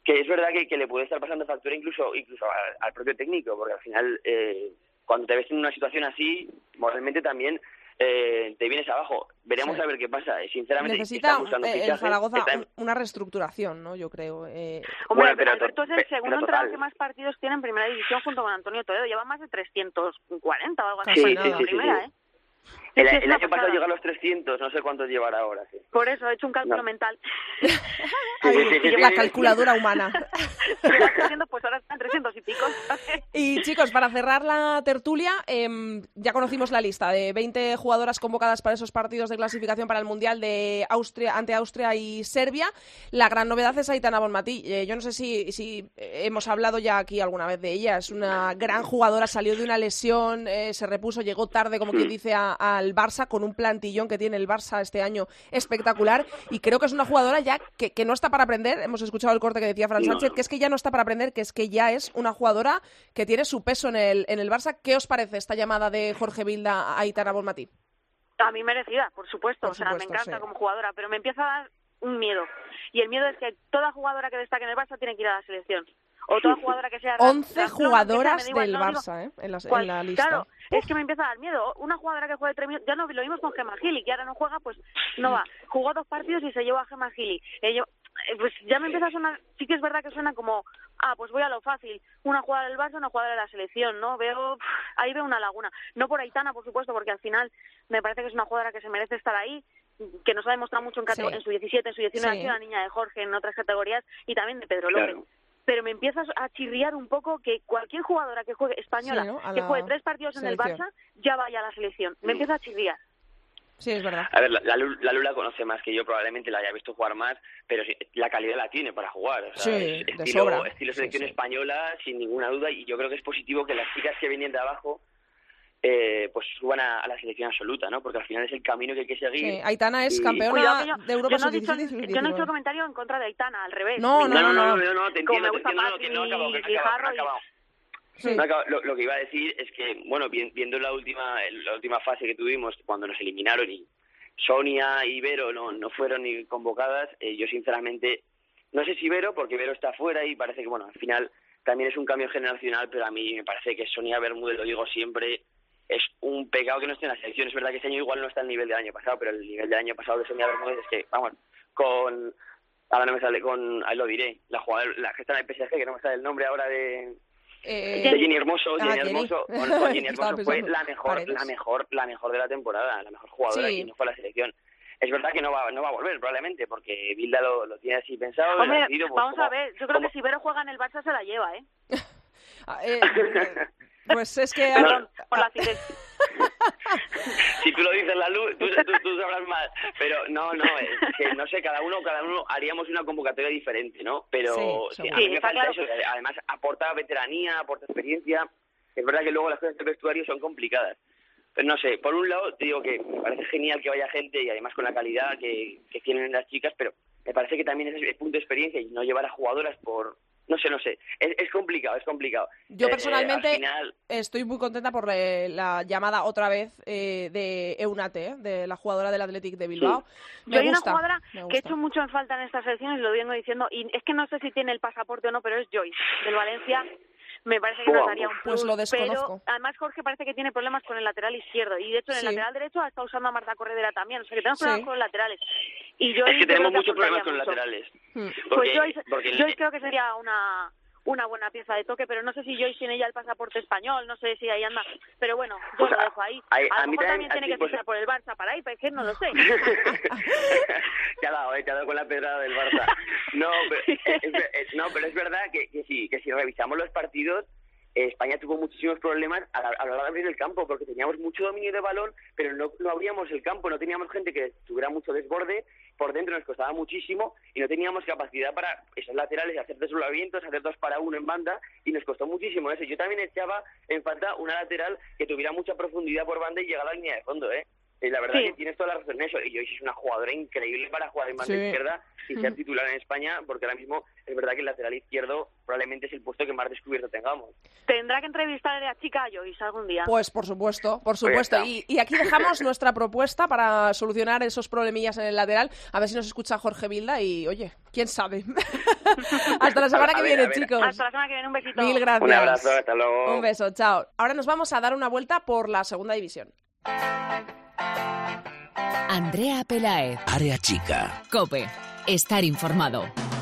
que es verdad que, que le puede estar pasando factura incluso incluso al, al propio técnico, porque al final eh, cuando te ves en una situación así, moralmente también eh, te vienes abajo. Veremos sí. a ver qué pasa. Sinceramente, necesita eh, el Zaragoza en... una reestructuración, ¿no? Yo creo. Eh... Hombre, bueno, pero Alberto es el segundo entrenador que más partidos tiene en primera división junto con Antonio Toledo. Lleva más de trescientos cuarenta o algo así. Sí, en sí, la sí, primera, sí. ¿eh? El, el año pasado llegó a los trescientos, no sé cuántos llevará ahora. Sí. Por eso, he hecho un cálculo no. mental. Ay, la calculadora humana. trescientos, pues ahora están trescientos y pico. Y chicos, para cerrar la tertulia, eh, ya conocimos la lista de veinte jugadoras convocadas para esos partidos de clasificación para el Mundial de Austria ante Austria y Serbia. La gran novedad es Aitana Bonmatí. Eh, yo no sé si, si hemos hablado ya aquí alguna vez de ella. Es una gran jugadora, salió de una lesión, eh, se repuso, llegó tarde, como quien dice, a, al Barça, con un plantillón que tiene el Barça este año espectacular, y creo que es una jugadora ya que, que no está para aprender. Hemos escuchado el corte que decía Fran Sánchez, que es que ya no está para aprender, que es que ya es una jugadora que tiene su peso en el, en el Barça. ¿Qué os parece esta llamada de Jorge Vilda a Aitana Bonmatí? A mí merecida, por supuesto, por o sea, supuesto, me encanta sí. como jugadora, pero me empieza a dar un miedo, y el miedo es que toda jugadora que destaque en el Barça tiene que ir a la selección. O toda jugadora que sea... once jugadoras del no, Barça, ¿eh? En la, en la lista. Claro, es que me empieza a dar miedo. Una jugadora que juegue tres minutos... Ya no, lo vimos con Gemma Gili, que ahora no juega, pues no va. Jugó dos partidos y se llevó a Gemma Gili. Eh, yo, eh, pues ya me empieza a sonar... Sí que es verdad que suena como... Ah, pues voy a lo fácil. Una jugadora del Barça, una jugadora de la selección, ¿no? Veo... Ahí veo una laguna. No por Aitana, por supuesto, porque al final me parece que es una jugadora que se merece estar ahí, que nos ha demostrado mucho en, sí. en su diecisiete, en su diecinueve, sí. la niña de Jorge, en otras categorías, y también de Pedro López. Claro. Pero me empieza a chirriar un poco que cualquier jugadora que juegue española, sí, ¿no? que juegue tres partidos selección. en el Barça, ya vaya a la selección. Me empieza a chirriar. Sí, es verdad. A ver, la, la, la Lula conoce más que yo, probablemente la haya visto jugar más, pero sí, la calidad la tiene para jugar. O sea, sí, es, de estilo, sobra. estilo selección sí, sí. española, sin ninguna duda, y yo creo que es positivo que las chicas que vienen de abajo Eh, pues suban a, a la selección absoluta, ¿no? Porque al final es el camino que hay que seguir. Sí, Aitana es y... campeona yo, de Europa sub diecisiete. Yo no he hecho comentario en contra de Aitana, al revés. No, no, no, no, no, no, no te entiendo, te entiendo, no, que no acabo, que no y acabo, no acabo. Sí. No acabo. Lo, lo que iba a decir es que, bueno, viendo la última la última fase que tuvimos, cuando nos eliminaron y Sonia y Vero no, no fueron ni convocadas, eh, yo sinceramente, no sé si Vero, porque Vero está fuera y parece que, bueno, al final también es un cambio generacional, pero a mí me parece que Sonia Bermúdez, lo digo siempre, es un pecado que no esté en la selección. Es verdad que este año igual no está al nivel del año pasado, pero el nivel del año pasado de Sonia Bermúdez es que, vamos, con... Ahora no me sale, con... Ahí lo diré, la jugadora, la que está en el P S G, que no me sale el nombre ahora de... Eh, de Jenny Hermoso, Jenny ah, Hermoso, con, con Jenny Hermoso fue la mejor, Paredes. la mejor, la mejor de la temporada, la mejor jugadora, sí. y no fue a la selección. Es verdad que no va, no va a volver probablemente, porque Vilda lo, lo tiene así pensado. Hombre, decidido, pues, vamos como, a ver, yo creo como... que si Vero juega en el Barça se la lleva, ¿eh? eh, eh pues es que... Perdón, por la asistencia. Si tú lo dices, la luz, tú, tú, tú sabrás más. Pero no, no, es que no sé, cada uno cada uno haríamos una convocatoria diferente, ¿no? Pero sí, sí, a sí, mí me falta claro. eso. Además, aporta veteranía, aporta experiencia. Es verdad que luego las cosas del vestuario son complicadas. Pero no sé, por un lado te digo que me parece genial que vaya gente y además con la calidad que, que tienen las chicas, pero me parece que también es el punto de experiencia y no llevar a jugadoras por... No sé, no sé. Es, es complicado, es complicado. Yo personalmente eh, final... estoy muy contenta por eh, la llamada otra vez eh, de Eunate, ¿eh? De la jugadora del Athletic de Bilbao. Sí. Me Yo hay gusta, una jugadora me que he hecho mucho en falta en estas selecciones, lo vengo diciendo, y es que no sé si tiene el pasaporte o no, pero es Joyce, del Valencia. Me parece que nos daría un plus, pues lo desconozco. Pero además Jorge parece que tiene problemas con el lateral izquierdo y de hecho en sí. el lateral derecho ha estado usando a Marta Corredera también, o sea que tenemos sí. problemas con los laterales. Y yo es que tenemos muchos problemas con los mucho. laterales. Hmm. Porque, pues Joyce, porque el... Joyce creo que sería una una buena pieza de toque, pero no sé si Joyce tiene ya el pasaporte español, no sé si ahí anda, pero bueno, yo o sea, lo dejo ahí. A, a lo mejor también, también tiene que pues... fichar por el Barça para ir, pero es que no lo sé. Te ha dado, eh, te ha dado con la pedrada del Barça. No, pero es, es, no, pero es verdad que, que sí, que si revisamos los partidos, España tuvo muchísimos problemas a la, a la hora de abrir el campo, porque teníamos mucho dominio de balón, pero no, no abríamos el campo, no teníamos gente que tuviera mucho desborde, por dentro nos costaba muchísimo y no teníamos capacidad para esos laterales, hacer desdoblamientos, hacer dos para uno en banda, y nos costó muchísimo eso. Yo también echaba en falta una lateral que tuviera mucha profundidad por banda y llegara a la línea de fondo, ¿eh? Y la verdad Sí. que tienes toda la razón en eso. Y Joyce es una jugadora increíble para jugar en banda Sí. izquierda y ser titular en España, porque ahora mismo es verdad que el lateral izquierdo probablemente es el puesto que más descubierto tengamos. Tendrá que entrevistar a la chica a Joyce algún día. Pues por supuesto, por supuesto. está. Y, y aquí dejamos nuestra propuesta para solucionar esos problemillas en el lateral. A ver si nos escucha Jorge Vilda y, oye, quién sabe. Hasta la semana A que ver, viene, a ver. chicos. Hasta la semana que viene, un besito. Mil gracias. Un abrazo, hasta luego. Un beso, chao. Ahora nos vamos a dar una vuelta por la segunda división. Andrea Peláez. Área chica. COPE. Estar informado.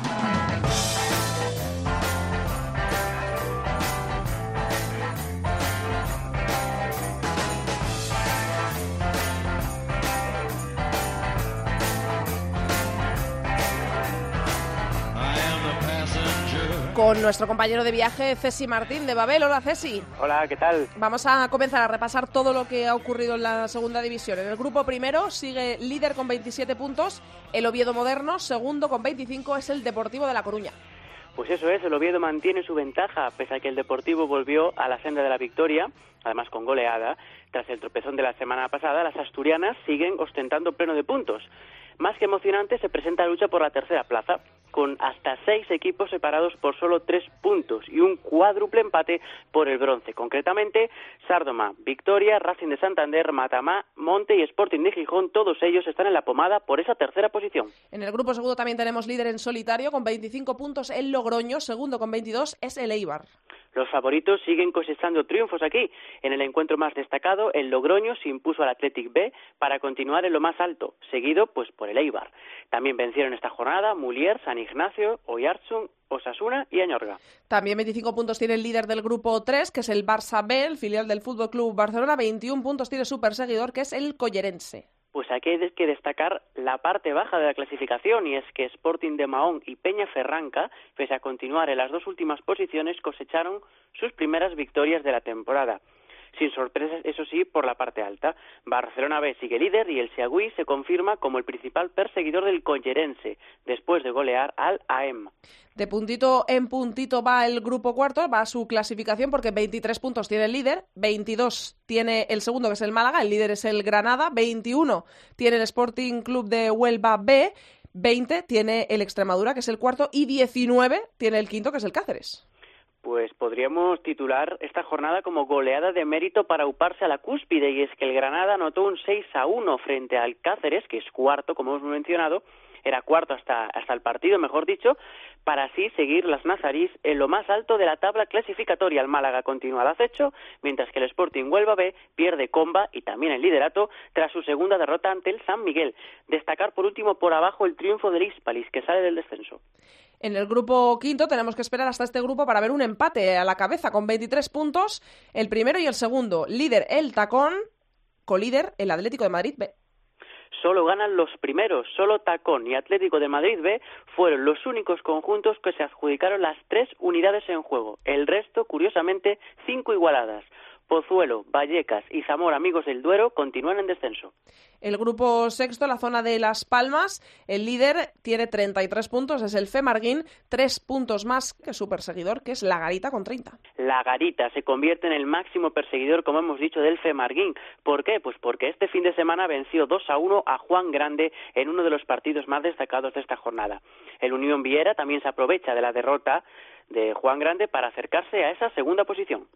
Con nuestro compañero de viaje, Cesi Martín de Babel. Hola, Cesi. Hola, ¿qué tal? Vamos a comenzar a repasar todo lo que ha ocurrido en la segunda división. En el grupo primero sigue líder con veintisiete puntos el Oviedo Moderno, segundo con veinticinco es el Deportivo de La Coruña. Pues eso es, el Oviedo mantiene su ventaja, pese a que el Deportivo volvió a la senda de la victoria, además con goleada. Tras el tropezón de la semana pasada, las asturianas siguen ostentando pleno de puntos. Más que emocionante se presenta la lucha por la tercera plaza, con hasta seis equipos separados por solo tres puntos y un cuádruple empate por el bronce. Concretamente, Sárdoma, Victoria, Racing de Santander, Matamá, Monte y Sporting de Gijón, todos ellos están en la pomada por esa tercera posición. En el grupo segundo también tenemos líder en solitario con veinticinco puntos el Logroño, segundo con veintidós es el Eibar. Los favoritos siguen cosechando triunfos aquí. En el encuentro más destacado, el Logroño se impuso al Athletic B para continuar en lo más alto, seguido pues por el Eibar. También vencieron esta jornada Mulier, San Ignacio, Oyarzun, Osasuna y Añorga. También veinticinco puntos tiene el líder del grupo tres, que es el Barça B, el filial del Fútbol Club Barcelona. veintiún puntos tiene su perseguidor, que es el Collerense. Pues aquí hay que destacar la parte baja de la clasificación, y es que Sporting de Mahón y Peña Ferranca, pese a continuar en las dos últimas posiciones, cosecharon sus primeras victorias de la temporada. Sin sorpresas, eso sí, por la parte alta. Barcelona B sigue líder y el Seagüí se confirma como el principal perseguidor del Collerense, después de golear al A E M. De puntito en puntito va el grupo cuarto, va a su clasificación porque veintitrés puntos tiene el líder, veintidós tiene el segundo, que es el Málaga, el líder es el Granada, veintiuno tiene el Sporting Club de Huelva B, veinte tiene el Extremadura, que es el cuarto, y diecinueve tiene el quinto, que es el Cáceres. Pues podríamos titular esta jornada como goleada de mérito para uparse a la cúspide, y es que el Granada anotó un seis a uno frente al Cáceres, que es cuarto, como hemos mencionado, era cuarto hasta, hasta el partido, mejor dicho, para así seguir las nazarís en lo más alto de la tabla clasificatoria. El Málaga continúa al acecho, mientras que el Sporting Huelva B pierde comba y también el liderato tras su segunda derrota ante el San Miguel. Destacar por último por abajo el triunfo del Hispalis, que sale del descenso. En el grupo quinto tenemos que esperar hasta este grupo para ver un empate a la cabeza con veintitrés puntos, el primero y el segundo. Líder el Tacón, colíder el Atlético de Madrid B. Solo ganan los primeros, solo Tacón y Atlético de Madrid B fueron los únicos conjuntos que se adjudicaron las tres unidades en juego. El resto, curiosamente, cinco igualadas. Pozuelo, Vallecas y Zamora, Amigos del Duero, continúan en descenso. El grupo sexto, la zona de Las Palmas, el líder tiene treinta y tres puntos, es el Femarguín, tres puntos más que su perseguidor, que es La Garita, con treinta. La Garita se convierte en el máximo perseguidor, como hemos dicho, del Femarguín. ¿Por qué? Pues porque este fin de semana venció dos a uno a Juan Grande en uno de los partidos más destacados de esta jornada. El Unión Viera también se aprovecha de la derrota de Juan Grande para acercarse a esa segunda posición.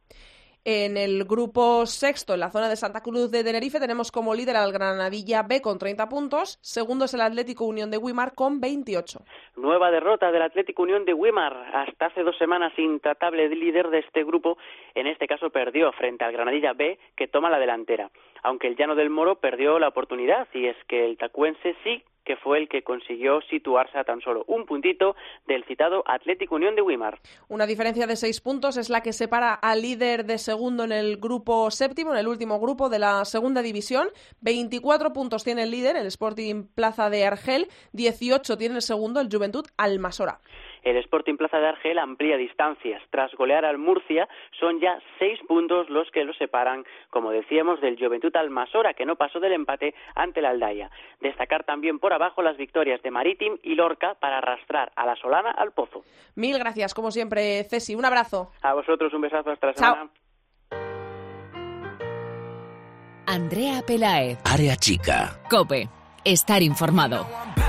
En el grupo sexto, en la zona de Santa Cruz de Tenerife, tenemos como líder al Granadilla B con treinta puntos. Segundo es el Atlético Unión de Güímar con veintiocho. Nueva derrota del Atlético Unión de Güímar. Hasta hace dos semanas intratable líder de este grupo. En este caso perdió frente al Granadilla B, que toma la delantera. Aunque el Llano del Moro perdió la oportunidad, y es que el tacuense sí que fue el que consiguió situarse a tan solo un puntito del citado Atlético Unión de Güímar. Una diferencia de seis puntos es la que separa al líder de segundo en el grupo séptimo, en el último grupo de la segunda división. veinticuatro puntos tiene el líder, el Sporting Plaza de Argel, dieciocho tiene el segundo, el Juventud Almasora. El Sporting Plaza de Argel amplía distancias. Tras golear al Murcia, son ya seis puntos los que lo separan, como decíamos, del Juventud Almasora, que no pasó del empate ante la Aldaya. Destacar también por abajo las victorias de Marítim y Lorca para arrastrar a la Solana al pozo. Mil gracias, como siempre, Cesi. Un abrazo. A vosotros un besazo, hasta la Chao. semana. Andrea Peláez. Área chica. COPE. Estar informado.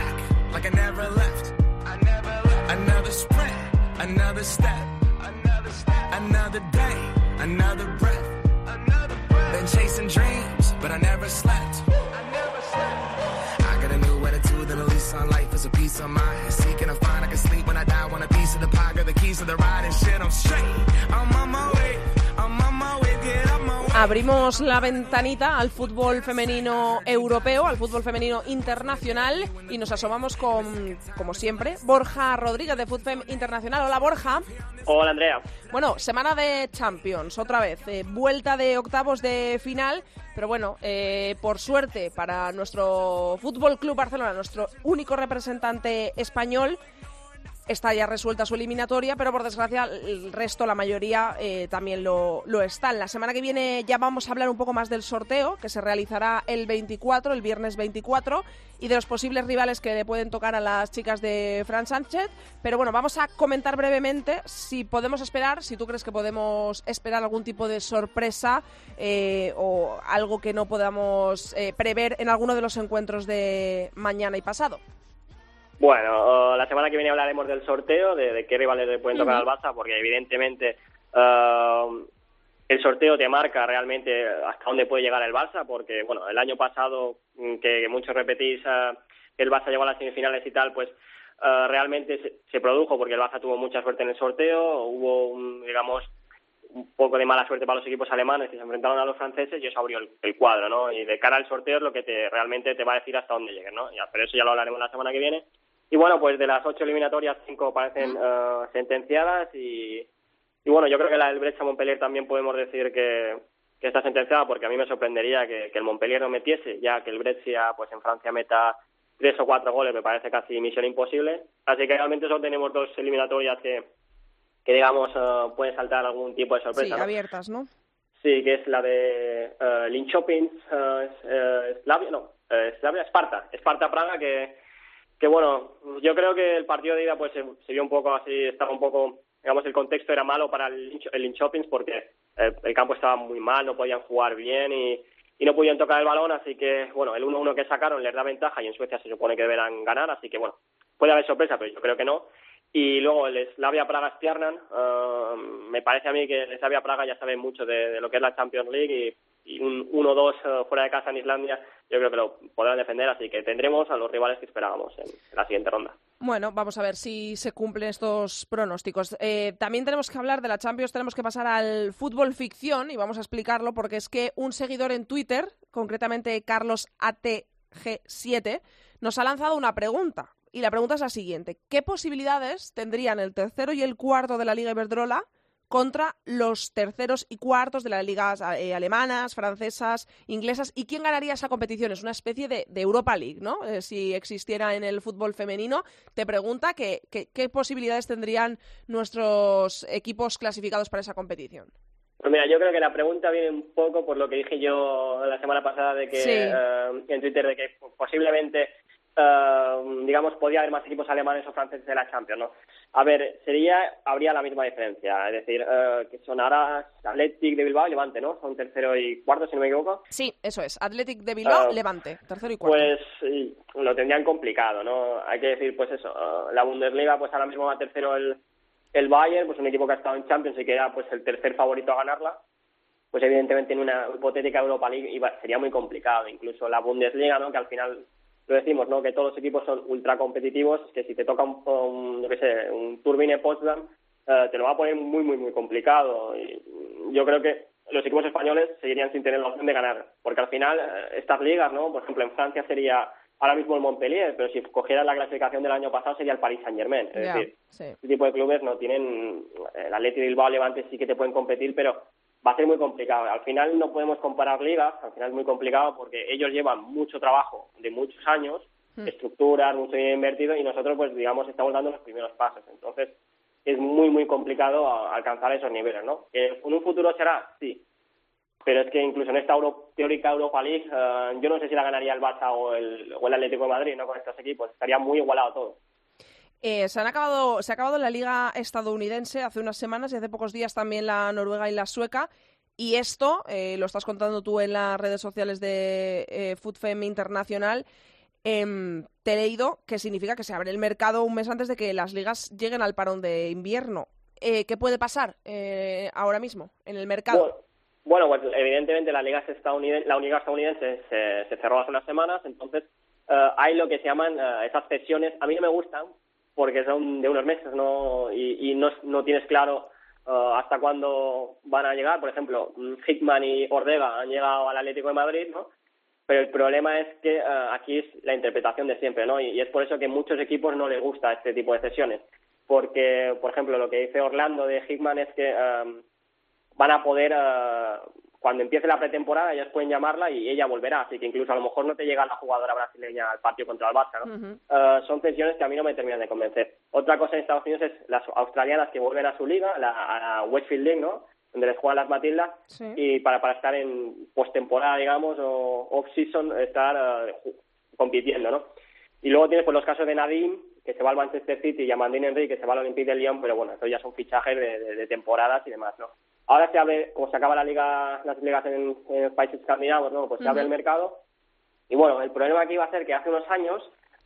Abrimos la ventanita al fútbol femenino europeo, al fútbol femenino internacional y nos asomamos con, como siempre, Borja Rodríguez de FUTFEM Internacional. Hola, Borja. Hola, Andrea. Bueno, semana de Champions, otra vez, eh, vuelta de octavos de final, pero bueno, eh, por suerte para nuestro Fútbol Club Barcelona, nuestro único representante español, está ya resuelta su eliminatoria, pero por desgracia el resto, la mayoría, eh, también lo, lo están. La semana que viene ya vamos a hablar un poco más del sorteo, que se realizará el veinticuatro, el viernes veinticuatro, y de los posibles rivales que le pueden tocar a las chicas de Fran Sánchez. Pero bueno, vamos a comentar brevemente si podemos esperar, si tú crees que podemos esperar algún tipo de sorpresa eh, o algo que no podamos eh, prever en alguno de los encuentros de mañana y pasado. Bueno, uh, la semana que viene hablaremos del sorteo, de, de qué rivales le pueden tocar uh-huh. al Barça, porque evidentemente uh, el sorteo te marca realmente hasta dónde puede llegar el Barça, porque bueno, el año pasado, que muchos repetís, uh, el Barça llegó a las semifinales y tal, pues uh, realmente se, se produjo porque el Barça tuvo mucha suerte en el sorteo, hubo, un, digamos, un poco de mala suerte para los equipos alemanes que se enfrentaron a los franceses y eso abrió el, el cuadro, ¿no? Y de cara al sorteo es lo que te realmente te va a decir hasta dónde lleguen, ¿no? Ya, pero eso ya lo hablaremos la semana que viene. Y bueno, pues de las ocho eliminatorias, cinco parecen uh, sentenciadas y, y bueno, yo creo que la del Brescia-Montpellier también podemos decir que, que está sentenciada, porque a mí me sorprendería que, que el Montpellier no metiese, ya que el Brescia pues en Francia meta tres o cuatro goles, me parece casi misión imposible. Así que realmente solo tenemos dos eliminatorias que, que digamos, uh, pueden saltar algún tipo de sorpresa. Sí, ¿no? abiertas, ¿no? Sí, que es la de uh, Linköping, uh, uh, Slavia, no, uh, Slavia, Esparta, Esparta-Praga, que que bueno, yo creo que el partido de ida pues se, se vio un poco así, estaba un poco, digamos, el contexto era malo para el, el Linköping porque el, el campo estaba muy mal, no podían jugar bien y, y no podían tocar el balón, así que bueno, el uno uno que sacaron les da ventaja y en Suecia se supone que deberán ganar, así que bueno, puede haber sorpresa, pero yo creo que no. Y luego el Slavia Praga-Stjarnan, uh, me parece a mí que el Slavia Praga ya sabe mucho de, de lo que es la Champions League y, y un uno dos uh, fuera de casa en Islandia, yo creo que lo podrán defender, así que tendremos a los rivales que esperábamos en, en la siguiente ronda. Bueno, vamos a ver si se cumplen estos pronósticos. Eh, también tenemos que hablar de la Champions, tenemos que pasar al fútbol ficción y vamos a explicarlo porque es que un seguidor en Twitter, concretamente Carlos A T G siete, nos ha lanzado una pregunta. Y la pregunta es la siguiente. ¿Qué posibilidades tendrían el tercero y el cuarto de la Liga Iberdrola contra los terceros y cuartos de las ligas eh, alemanas, francesas, inglesas? ¿Y quién ganaría esa competición? Es una especie de, de Europa League, ¿no? Eh, si existiera en el fútbol femenino. Te pregunta que, que, qué posibilidades tendrían nuestros equipos clasificados para esa competición. Pues mira, yo creo que la pregunta viene un poco por lo que dije yo la semana pasada de que sí. uh, en Twitter, de que posiblemente Uh, digamos, podría haber más equipos alemanes o franceses de la Champions, ¿no? A ver, sería, habría la misma diferencia, es decir, uh, que son ahora Athletic de Bilbao y Levante, ¿no? Son tercero y cuarto, si no me equivoco. Sí, eso es, Athletic de Bilbao, uh, Levante, tercero y cuarto. Pues sí, lo tendrían complicado, ¿no? Hay que decir, pues eso, uh, la Bundesliga, pues ahora mismo va tercero el, el Bayern, pues un equipo que ha estado en Champions y que era pues el tercer favorito a ganarla. Pues evidentemente en una hipotética Europa League iba, sería muy complicado, incluso la Bundesliga, ¿no? Que al final lo decimos, ¿no? Que todos los equipos son ultra competitivos, que si te toca un, un yo qué sé, un Turbine Potsdam, uh, te lo va a poner muy, muy, muy complicado. Y yo creo que los equipos españoles seguirían sin tener la opción de ganar, porque al final uh, estas ligas, ¿no? Por ejemplo, en Francia sería ahora mismo el Montpellier, pero si cogieras la clasificación del año pasado sería el Paris Saint-Germain. Es yeah, decir, sí. Este tipo de clubes no tienen, el Athletic Bilbao, Levante sí que te pueden competir, pero va a ser muy complicado. Al final no podemos comparar ligas, al final es muy complicado porque ellos llevan mucho trabajo de muchos años, mm. estructuras, mucho dinero invertido y nosotros pues digamos estamos dando los primeros pasos. Entonces es muy muy complicado alcanzar esos niveles, ¿no? ¿Que en un futuro será? Sí. Pero es que incluso en esta Euro, teórica Europa League uh, yo no sé si la ganaría el Barça o el, o el Atlético de Madrid, ¿no? Con estos equipos. Estaría muy igualado todo. Eh, se han acabado, se ha acabado la liga estadounidense hace unas semanas y hace pocos días también la noruega y la sueca. y esto, eh, lo estás contando tú en las redes sociales de eh, FootFem Internacional, eh, te he leído que significa que se abre el mercado un mes antes de que las ligas lleguen al parón de invierno. Eh, ¿Qué puede pasar eh, ahora mismo en el mercado? Bueno, bueno pues evidentemente la liga estadounidense, la liga estadounidense se, se cerró hace unas semanas, entonces uh, hay lo que se llaman uh, esas cesiones. A mí no me gustan porque son de unos meses, ¿no? Y, y no, no tienes claro uh, hasta cuándo van a llegar. Por ejemplo, Hickman y Ortega han llegado al Atlético de Madrid, ¿no? Pero el problema es que uh, aquí es la interpretación de siempre, ¿no? Y, y es por eso que a muchos equipos no les gusta este tipo de cesiones. Porque, por ejemplo, lo que dice Orlando de Hickman es que um, van a poder, uh, cuando empiece la pretemporada, ellos pueden llamarla y ella volverá. Así que incluso a lo mejor no te llega la jugadora brasileña al partido contra el Barça, ¿no? Uh-huh. Uh, son cesiones que a mí no me terminan de convencer. Otra cosa en Estados Unidos es las australianas que vuelven a su liga, la, a la Westfield League, ¿no? Donde les juegan las Matildas, sí. Y para, para estar en postemporada, digamos, o off-season, estar uh, compitiendo, ¿no? Y luego tienes pues los casos de Nadim, que se va al Manchester City, y Amandine Henry, que se va al Olympique de Lyon, pero bueno, estos ya son fichajes de, de, de temporadas y demás, ¿no? Ahora se abre, como se acaba la liga, las ligas en, en los países escandinavos, ¿no? Pues se uh-huh. abre el mercado. Y bueno, el problema aquí va a ser que hace unos años,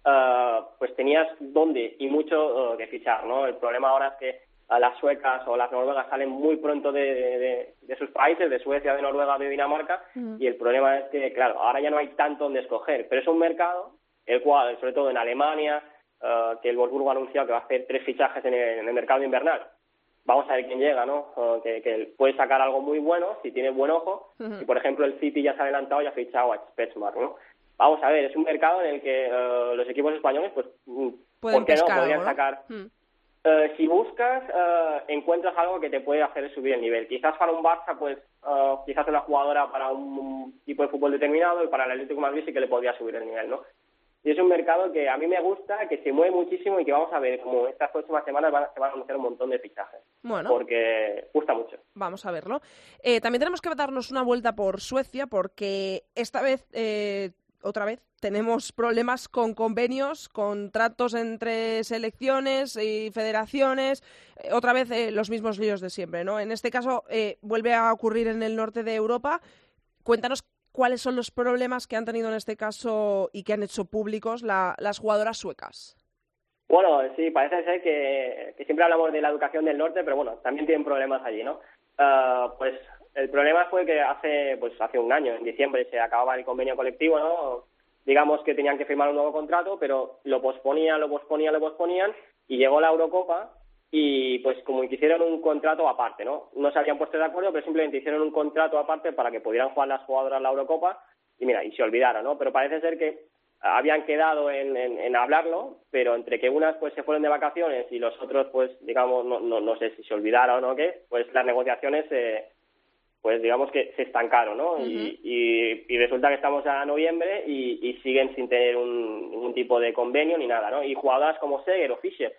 uh, pues tenías dónde y mucho uh, que fichar, ¿no? El problema ahora es que uh, las suecas o las noruegas salen muy pronto de, de, de sus países, de Suecia, de Noruega, de Dinamarca, uh-huh. y el problema es que, claro, ahora ya no hay tanto donde escoger, pero es un mercado, el cual, sobre todo en Alemania, uh, que el Wolfsburgo ha anunciado que va a hacer tres fichajes en el, en el mercado invernal. Vamos a ver quién llega, ¿no? Uh, que, que puede sacar algo muy bueno si tiene buen ojo. Uh-huh. Y, por ejemplo, el City ya se ha adelantado y ha fichado a Spetsmark, ¿no? Vamos a ver, es un mercado en el que uh, los equipos españoles, pues, ¿por qué no? Podrían algo, sacar... ¿no? Uh, si buscas, uh, encuentras algo que te puede hacer subir el nivel. Quizás para un Barça, pues, uh, quizás una jugadora para un tipo de fútbol determinado, y para el Atlético de Madrid sí que le podría subir el nivel, ¿no? Y es un mercado que a mí me gusta, que se mueve muchísimo y que vamos a ver, como estas próximas semanas van, se van a anunciar un montón de fichajes. Bueno. Porque gusta mucho. Vamos a verlo. Eh, también tenemos que darnos una vuelta por Suecia porque esta vez, eh, otra vez, tenemos problemas con convenios, contratos entre selecciones y federaciones. Eh, otra vez eh, los mismos líos de siempre, ¿no? En este caso eh, vuelve a ocurrir en el norte de Europa. Cuéntanos cuáles son los problemas que han tenido en este caso y que han hecho públicos la, las jugadoras suecas. Bueno, sí, parece ser que, que siempre hablamos de la educación del norte, pero bueno, también tienen problemas allí, ¿no? Uh, pues el problema fue que hace pues hace un año, en diciembre, se acababa el convenio colectivo, ¿no? Digamos que tenían que firmar un nuevo contrato, pero lo posponían, lo posponían, lo posponían, y llegó la Eurocopa. Y pues como que hicieron un contrato aparte, ¿no? No se habían puesto de acuerdo, pero simplemente hicieron un contrato aparte para que pudieran jugar las jugadoras la Eurocopa y mira, y se olvidaron, ¿no? Pero parece ser que habían quedado en, en, en hablarlo, pero entre que unas pues se fueron de vacaciones y los otros pues digamos, no, no, no sé si se olvidaron o qué, pues las negociaciones eh, pues digamos que se estancaron, ¿no? Uh-huh. Y, y, y resulta que estamos a noviembre y, y siguen sin tener un, ningún tipo de convenio ni nada, ¿no? Y jugadoras como Seger o Fischer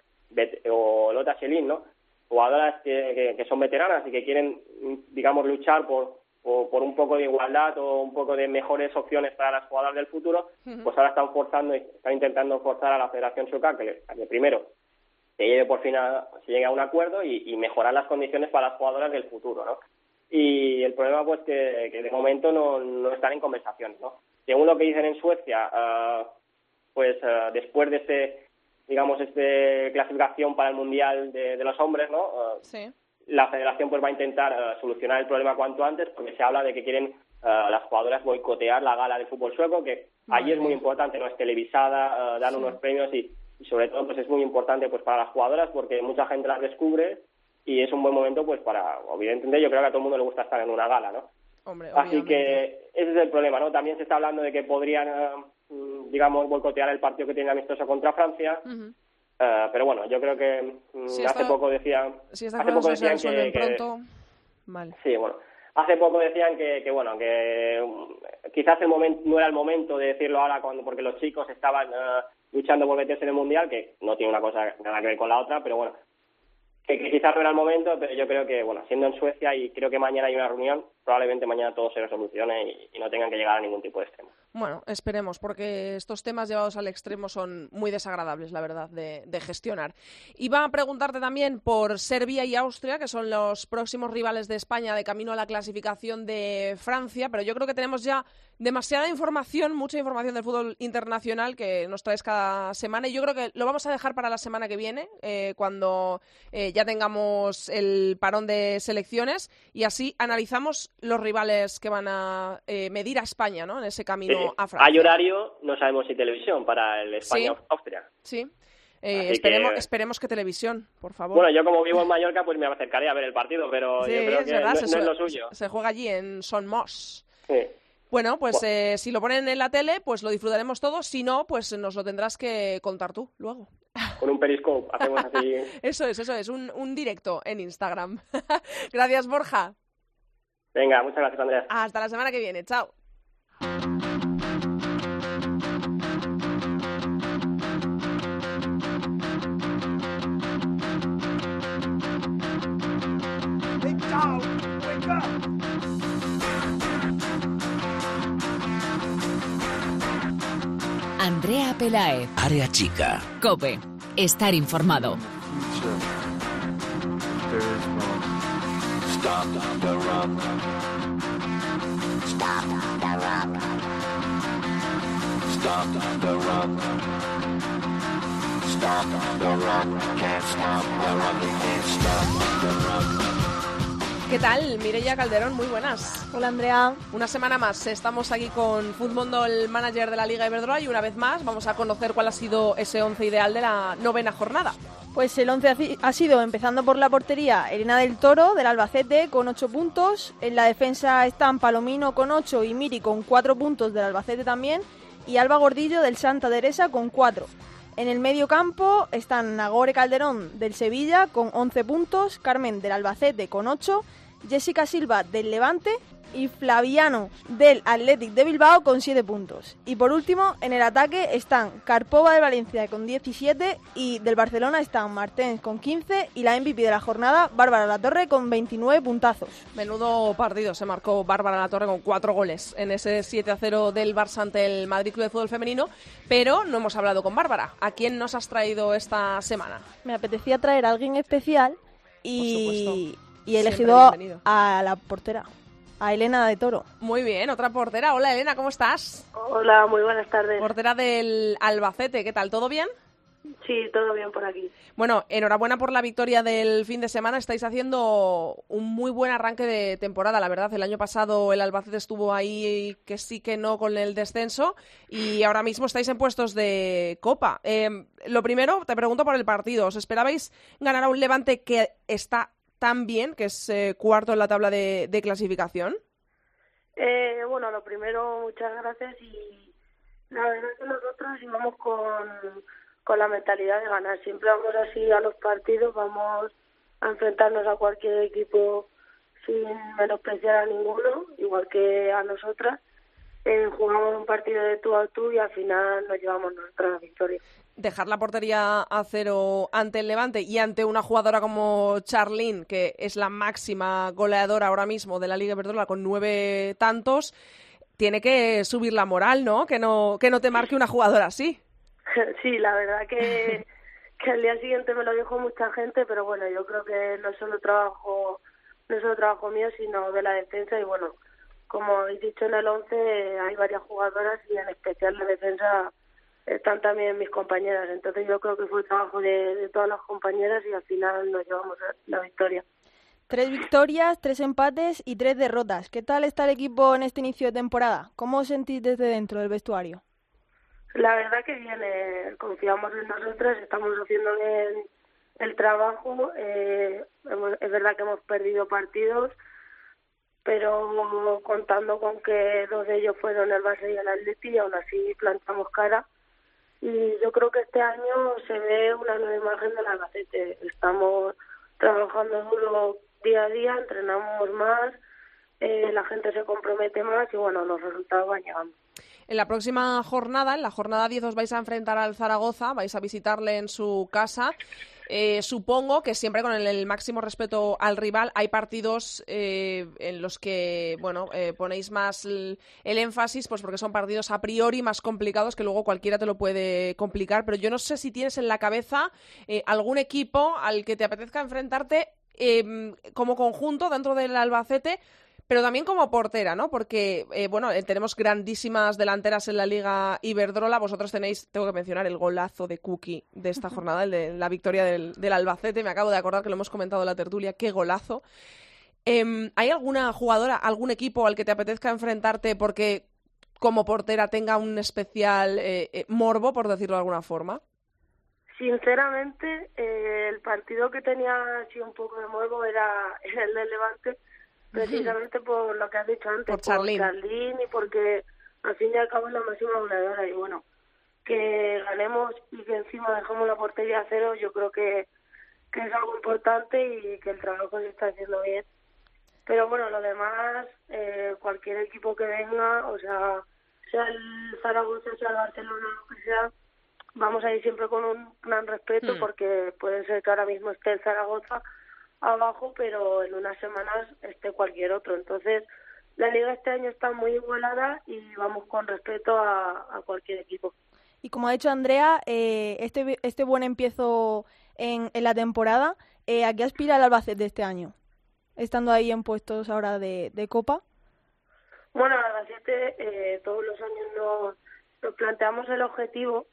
o Lotta Schelin, ¿no? Jugadoras que, que, que son veteranas y que quieren, digamos, luchar por, por, por un poco de igualdad o un poco de mejores opciones para las jugadoras del futuro, uh-huh. pues ahora están forzando, están intentando forzar a la Federación Sueca que, que primero se llegue por fin a, se llegue a un acuerdo y, y mejorar las condiciones para las jugadoras del futuro, ¿no? Y el problema, pues, que, que de momento no, no están en conversaciones, ¿no? Según lo que dicen en Suecia, uh, pues uh, después de este digamos, este clasificación para el Mundial de, de los hombres, ¿no? Uh, sí. La federación pues va a intentar uh, solucionar el problema cuanto antes, porque se habla de que quieren uh, las jugadoras boicotear la gala de fútbol sueco, que vale. allí es muy importante, no es televisada, uh, dan sí. unos premios y, y sobre todo pues es muy importante pues para las jugadoras porque mucha gente las descubre y es un buen momento pues para, evidentemente yo creo que a todo el mundo le gusta estar en una gala, ¿no? Hombre, Así que ese es el problema, ¿no? También se está hablando de que podrían... Uh, digamos, boicotear el partido que tiene amistoso contra Francia, uh-huh. uh, pero bueno, yo creo que um, si hace esto, poco decían... Si hace poco decían que, que, pronto, vale. Sí, bueno, hace poco decían que, que bueno, que um, quizás el momento no era el momento de decirlo ahora cuando porque los chicos estaban uh, luchando por meterse en el Mundial, que no tiene una cosa nada que ver con la otra, pero bueno, que, que quizás no era el momento, pero yo creo que, bueno, siendo en Suecia y creo que mañana hay una reunión, probablemente mañana todo se resolucione y, y no tengan que llegar a ningún tipo de extremo. Bueno, esperemos, porque estos temas llevados al extremo son muy desagradables, la verdad, de, de gestionar. Iba a preguntarte también por Serbia y Austria, que son los próximos rivales de España de camino a la clasificación de Francia, pero yo creo que tenemos ya demasiada información, mucha información del fútbol internacional que nos traes cada semana, y yo creo que lo vamos a dejar para la semana que viene, eh, cuando eh, ya tengamos el parón de selecciones, y así analizamos los rivales que van a eh, medir a España, ¿no?, en ese camino Sí. a Francia. Hay horario, no sabemos si televisión para el España-Austria. Sí, eh, esperemos, que... esperemos que televisión, por favor. Bueno, yo como vivo en Mallorca, pues me acercaré a ver el partido, pero sí, yo creo es que verdad, no, se, no es lo suyo. Se juega allí en Son Mos. Sí. Bueno, pues bueno. Eh, si lo ponen en la tele, pues lo disfrutaremos todos. Si no, pues nos lo tendrás que contar tú luego. Con un periscope, hacemos así. Eso es, eso es, un, un directo en Instagram. Gracias, Borja. Venga, muchas gracias, Andrea. Hasta la semana que viene, chao. Andrea Peláez. Área chica. COPE. Estar informado. Stop the rock. Stop the rock. Stop the rock. Stop the rock. Can't stop the rock. Can't stop the rock. ¿Qué tal? Mireia Calderón, muy buenas. Hola, Andrea. Una semana más estamos aquí con Futmundo, el manager de la Liga Iberdrola, y una vez más vamos a conocer cuál ha sido ese once ideal de la novena jornada. Pues el once ha sido, empezando por la portería, Elena del Toro, del Albacete, con ocho puntos. En la defensa están Palomino con ocho y Miri con cuatro puntos, del Albacete también. Y Alba Gordillo, del Santa Teresa, con cuatro. En el medio campo están Nagore Calderón, del Sevilla, con once puntos. Carmen, del Albacete, con ocho. Jessica Silva, del Levante, y Flaviano, del Athletic de Bilbao, con siete puntos. Y por último, en el ataque están Karpova, de Valencia, con diecisiete, y del Barcelona están Martens, con quince, y la M V P de la jornada, Bárbara Latorre, con veintinueve puntazos. Menudo partido se marcó Bárbara Latorre, con cuatro goles en ese siete a cero del Barça ante el Madrid Club de Fútbol Femenino, pero no hemos hablado con Bárbara. ¿A quién nos has traído esta semana? Me apetecía traer a alguien especial y... Y he elegido a la portera, a Elena de Toro. Muy bien, otra portera. Hola, Elena, ¿cómo estás? Hola, muy buenas tardes. Portera del Albacete, ¿qué tal? ¿Todo bien? Sí, todo bien por aquí. Bueno, enhorabuena por la victoria del fin de semana. Estáis haciendo un muy buen arranque de temporada, la verdad. El año pasado el Albacete estuvo ahí que sí que no con el descenso, y ahora mismo estáis en puestos de Copa. Eh, lo primero, te pregunto por el partido. ¿Os esperabais ganar a un Levante que está tan bien, que es eh, cuarto en la tabla de, de clasificación? Eh, bueno, lo primero, muchas gracias, y la verdad es que nosotros íbamos con, con la mentalidad de ganar. Siempre vamos así a los partidos, vamos a enfrentarnos a cualquier equipo sin menospreciar a ninguno, igual que a nosotras. Eh, jugamos un partido de tú a tú y al final nos llevamos nuestra victoria. Dejar la portería a cero ante el Levante y ante una jugadora como Charlín, que es la máxima goleadora ahora mismo de la Liga Iberdrola con nueve tantos, tiene que subir la moral, ¿no? Que no que no te marque una jugadora así. Sí, la verdad que, que al día siguiente me lo dijo mucha gente, pero bueno, yo creo que no es solo trabajo, no es solo trabajo mío, sino de la defensa, y bueno, como habéis dicho en el once hay varias jugadoras y en especial la defensa están también mis compañeras, entonces yo creo que fue el trabajo de, de todas las compañeras y al final nos llevamos la victoria. Tres victorias, tres empates y tres derrotas. ¿Qué tal está el equipo en este inicio de temporada? ¿Cómo os sentís desde dentro del vestuario? La verdad que bien, eh, confiamos en nosotras, estamos haciendo bien el trabajo, eh, hemos, es verdad que hemos perdido partidos, pero contando con que dos de ellos fueron el Barça y el Atleti, y aún así plantamos cara. Y yo creo que este año se ve una nueva imagen del Albacete. Estamos trabajando duro día a día, entrenamos más, eh, la gente se compromete más y bueno, los resultados van llegando. En la próxima jornada, en la jornada diez, os vais a enfrentar al Zaragoza, vais a visitarle en su casa. Eh, supongo que siempre con el, el máximo respeto al rival. Hay partidos eh, en los que bueno eh, ponéis más el, el énfasis, pues porque son partidos a priori más complicados, que luego cualquiera te lo puede complicar, pero yo no sé si tienes en la cabeza eh, algún equipo al que te apetezca enfrentarte eh, como conjunto dentro del Albacete, pero también como portera, ¿no? Porque, eh, bueno, eh, tenemos grandísimas delanteras en la Liga Iberdrola. Vosotros tenéis, tengo que mencionar, el golazo de Kuki de esta jornada, el de la victoria del, del Albacete. Me acabo de acordar que lo hemos comentado en la tertulia. ¡Qué golazo! Eh, ¿Hay alguna jugadora, algún equipo al que te apetezca enfrentarte porque como portera tenga un especial eh, eh, morbo, por decirlo de alguna forma? Sinceramente, eh, el partido que tenía así un poco de morbo era, era el del Levante, precisamente por lo que has dicho antes, por Charlín. por Charlín y porque al fin y al cabo es la máxima goleadora. Y bueno, que ganemos y que encima dejamos la portería a cero, yo creo que, que es algo importante y que el trabajo se está haciendo bien. Pero bueno, lo demás, eh, cualquier equipo que venga, o sea, sea el Zaragoza, sea el Barcelona, lo que sea, vamos a ir siempre con un gran respeto, mm. porque puede ser que ahora mismo esté el Zaragoza abajo, pero en unas semanas esté cualquier otro. Entonces, la liga este año está muy igualada y vamos con respeto a, a cualquier equipo. Y como ha dicho Andrea, eh, este este buen empiezo en, en la temporada, eh, ¿a qué aspira el Albacete este año? Estando ahí en puestos ahora de, de Copa. Bueno, el Albacete eh, todos los años nos, nos planteamos el objetivo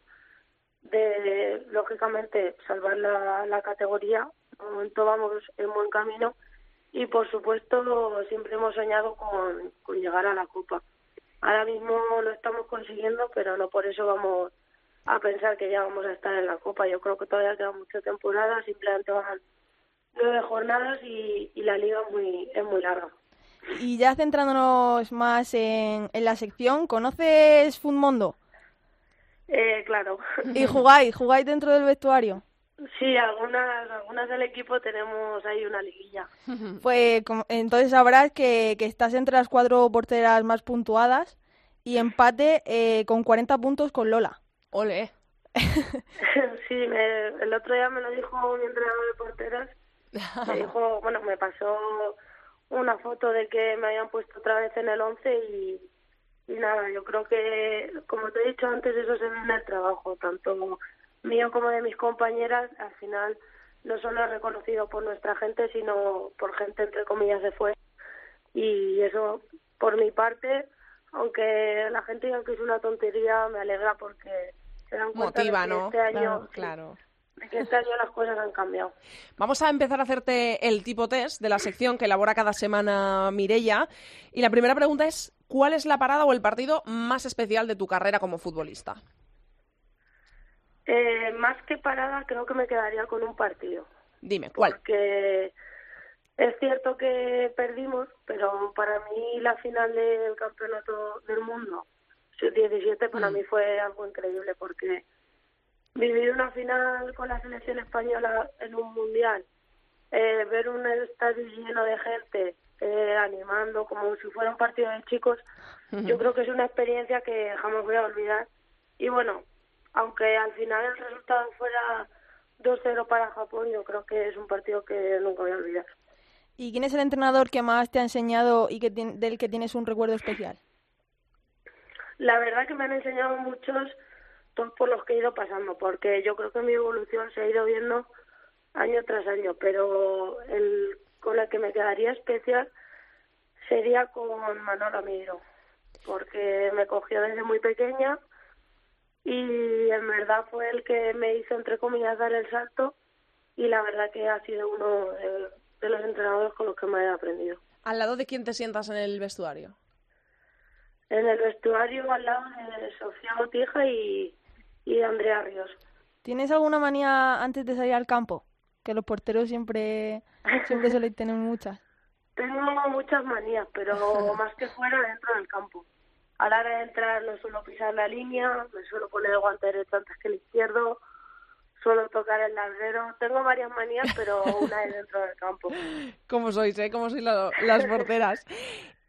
de, lógicamente, salvar la, la categoría. De momento vamos en buen camino y, por supuesto, siempre hemos soñado con, con llegar a la Copa. Ahora mismo lo estamos consiguiendo, pero no por eso vamos a pensar que ya vamos a estar en la Copa. Yo creo que todavía queda mucha temporada, simplemente van nueve jornadas y, y la liga es muy, es muy larga. Y ya centrándonos más en, en la sección, ¿conoces Futmundo? Eh, claro. ¿Y jugáis? ¿Jugáis dentro del vestuario? Sí, algunas algunas del equipo tenemos ahí una liguilla. Pues como, entonces sabrás que, que estás entre las cuatro porteras más puntuadas y empate eh, con cuarenta puntos con Lola. ¡Ole! Sí, me, el otro día me lo dijo mi entrenador de porteras. Me dijo, bueno, me pasó una foto de que me habían puesto otra vez en el once y, y nada, yo creo que, como te he dicho antes, eso se ve en el trabajo, tanto mío como de mis compañeras. Al final no solo es reconocido por nuestra gente, sino por gente entre comillas de fuera, y eso por mi parte, aunque la gente diga que es una tontería, me alegra porque se dan cuenta motiva, de que ¿no? este año, claro, sí, claro. de que este año las cosas han cambiado. Vamos a empezar a hacerte el tipo test de la sección que elabora cada semana Mireia, y la primera pregunta es: ¿cuál es la parada o el partido más especial de tu carrera como futbolista? Eh, más que parada, creo que me quedaría con un partido. Dime, ¿cuál? Porque es cierto que perdimos, pero para mí la final del campeonato del mundo, sub diecisiete, para mm. mí fue algo increíble, porque vivir una final con la selección española en un mundial, eh, ver un estadio lleno de gente eh, animando como si fuera un partido de chicos, uh-huh. yo creo que es una experiencia que jamás voy a olvidar. Y bueno, aunque al final el resultado fuera dos cero para Japón, yo creo que es un partido que nunca voy a olvidar. ¿Y quién es el entrenador que más te ha enseñado y que del que tienes un recuerdo especial? La verdad que me han enseñado muchos, todos por los que he ido pasando, porque yo creo que mi evolución se ha ido viendo año tras año, pero el con el que me quedaría especial sería con Manolo Amidiro, porque me cogió desde muy pequeña y en verdad fue el que me hizo, entre comillas, dar el salto, y la verdad que ha sido uno de, de los entrenadores con los que me he aprendido. ¿Al lado de quién te sientas en el vestuario? En el vestuario al lado de Sofía Botija y, y de Andrea Ríos. ¿Tienes alguna manía antes de salir al campo? Que los porteros siempre, siempre suelen tener muchas. Tengo muchas manías, pero más que fuera, dentro del campo. A la hora de entrar no suelo pisar la línea, me suelo poner el guante derecho antes que el izquierdo, suelo tocar el larguero. Tengo varias manías, pero una es dentro del campo. ¿Cómo sois, eh? ¿Cómo sois la, las porteras?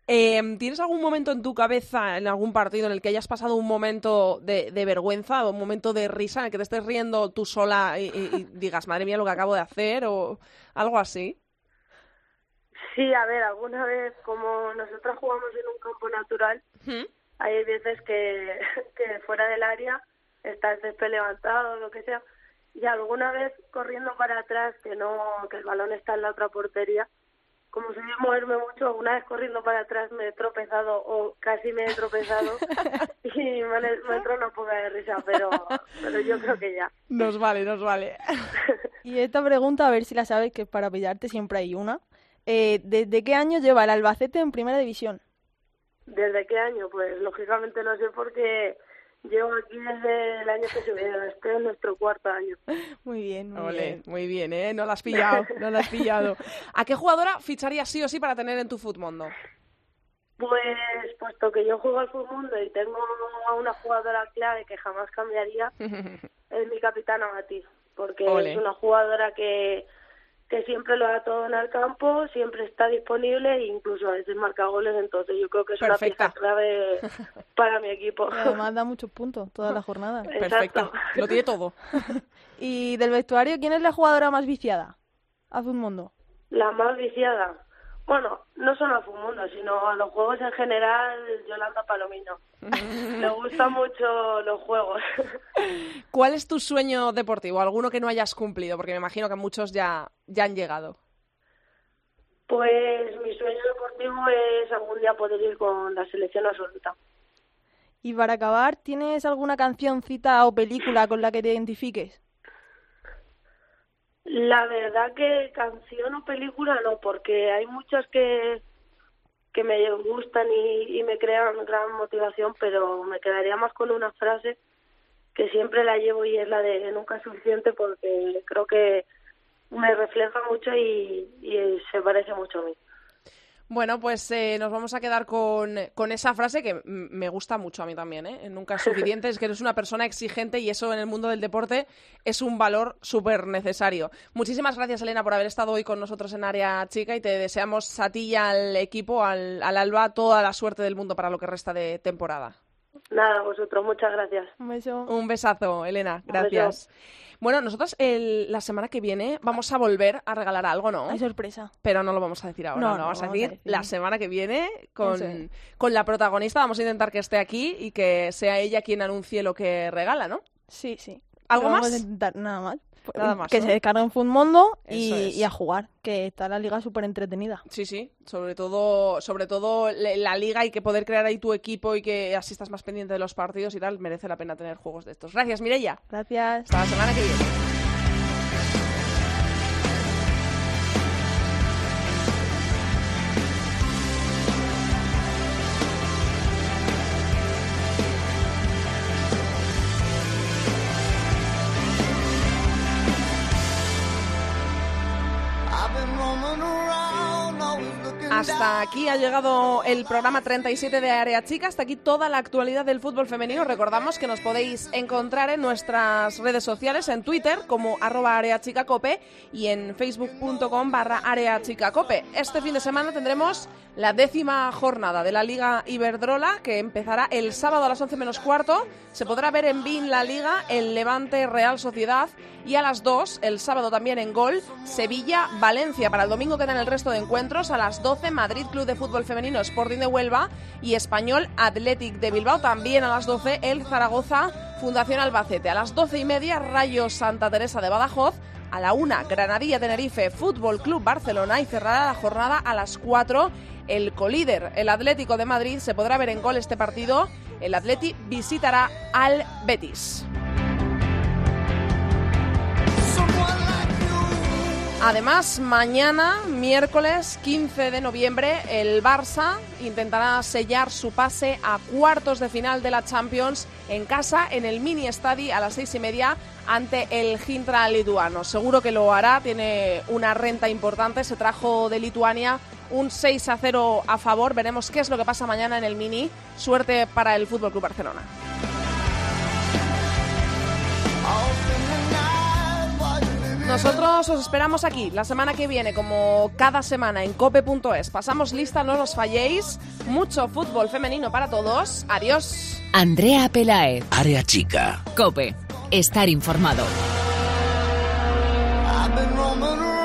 Eh, ¿Tienes algún momento en tu cabeza, en algún partido, en el que hayas pasado un momento de, de vergüenza o un momento de risa, en el que te estés riendo tú sola y, y, y digas, madre mía, lo que acabo de hacer, o algo así? Sí, a ver, alguna vez, como nosotros jugamos en un campo natural, ¿Mm? hay veces que, que fuera del área está el césped levantado o lo que sea, y alguna vez corriendo para atrás, que no que el balón está en la otra portería, como soy de moverme mucho, alguna vez corriendo para atrás me he tropezado o casi me he tropezado y me, me entró una poca de risa, pero, pero yo creo que ya. Nos vale, nos vale. Y esta pregunta, a ver si la sabes, que para pillarte siempre hay una. Eh, ¿Desde qué año lleva el Albacete en Primera División? ¿Desde qué año? Pues lógicamente no sé porque llevo aquí desde el año que se viene, este es nuestro cuarto año. Muy bien, muy Olé, bien. Muy bien, ¿eh? No la has pillado, no la has pillado. ¿A qué jugadora ficharías sí o sí para tener en tu Futmundo? Pues puesto que yo juego al Futmundo y tengo a una jugadora clave que jamás cambiaría, es mi capitana Mati, porque Olé. Es una jugadora que... que siempre lo da todo en el campo, siempre está disponible e incluso a veces marca goles, entonces yo creo que es Perfecta. Una pieza clave para mi equipo. Y además da muchos puntos toda la jornada. Perfecto, lo tiene todo. ¿Y del vestuario quién es la jugadora más viciada a Futmundo? La más viciada, bueno, no solo a Futmundo, sino a los juegos en general, Yolanda Palomino. Me gustan mucho los juegos. ¿Cuál es tu sueño deportivo? ¿Alguno que no hayas cumplido? Porque me imagino que muchos ya, ya han llegado. Pues mi sueño deportivo es algún día poder ir con la selección absoluta. Y para acabar, ¿tienes alguna cancioncita o película con la que te identifiques? La verdad que canción o película no, porque hay muchas que... que me gustan y, y me crean gran motivación, pero me quedaría más con una frase que siempre la llevo y es la de nunca es suficiente, porque creo que me refleja mucho y, y se parece mucho a mí. Bueno, pues eh, nos vamos a quedar con, con esa frase que me gusta mucho a mí también, ¿eh? Nunca es suficiente, es que eres una persona exigente y eso en el mundo del deporte es un valor súper necesario. Muchísimas gracias, Elena, por haber estado hoy con nosotros en Área Chica y te deseamos a ti y al equipo, al, al Alba, toda la suerte del mundo para lo que resta de temporada. Nada, vosotros, muchas gracias. Un beso. Un besazo, Elena, gracias. Bueno, nosotros el, la semana que viene vamos a volver a regalar algo, ¿no? Hay sorpresa. Pero no lo vamos a decir ahora, no, no, no vamos, vamos a, decir a decir la semana que viene con, con la protagonista. Vamos a intentar que esté aquí y que sea ella quien anuncie lo que regala, ¿no? Sí, sí. ¿Algo Pero más? Vamos a intentar nada más. Nada más, que ¿no? se descarguen Futmundo y, es. y a jugar, que está la liga súper entretenida. Sí, sí, sobre todo sobre todo la liga y que poder crear ahí tu equipo y que así estás más pendiente de los partidos y tal, merece la pena tener juegos de estos. Gracias, Mireia. Gracias. Hasta la semana que viene. Hasta aquí ha llegado el programa treinta y siete de Área Chica. Hasta aquí toda la actualidad del fútbol femenino. Recordamos que nos podéis encontrar en nuestras redes sociales, en Twitter como arroba areachicacope y en facebook.com barra areachicacope. Este fin de semana tendremos la décima jornada de la Liga Iberdrola, que empezará el sábado a las once menos cuarto. Se podrá ver en Bein la Liga, el Levante Real Sociedad, y a las dos, el sábado también en Gol, Sevilla-Valencia. Para el domingo quedan el resto de encuentros. A las doce, Madrid Club de Fútbol Femenino Sporting de Huelva y Español Athletic de Bilbao. También a las doce, el Zaragoza Fundación Albacete. A las doce y media, Rayo Santa Teresa de Badajoz. A la una, Granadilla Tenerife Fútbol Club Barcelona, y cerrará la jornada a las cuatro, el colíder, el Atlético de Madrid. Se podrá ver en Gol este partido. El Atleti visitará al Betis. Además, mañana, miércoles quince de noviembre, el Barça intentará sellar su pase a cuartos de final de la Champions en casa, en el mini estadi a las seis y media ante el Gintra lituano. Seguro que lo hará, tiene una renta importante, se trajo de Lituania un seis a cero a favor. Veremos qué es lo que pasa mañana en el mini. Suerte para el F C Barcelona. Nosotros os esperamos aquí la semana que viene, como cada semana en cope punto es. Pasamos lista, no os falléis. Mucho fútbol femenino para todos. Adiós. Andrea Peláez. Área chica. Cope. Estar informado. I've been roaming around.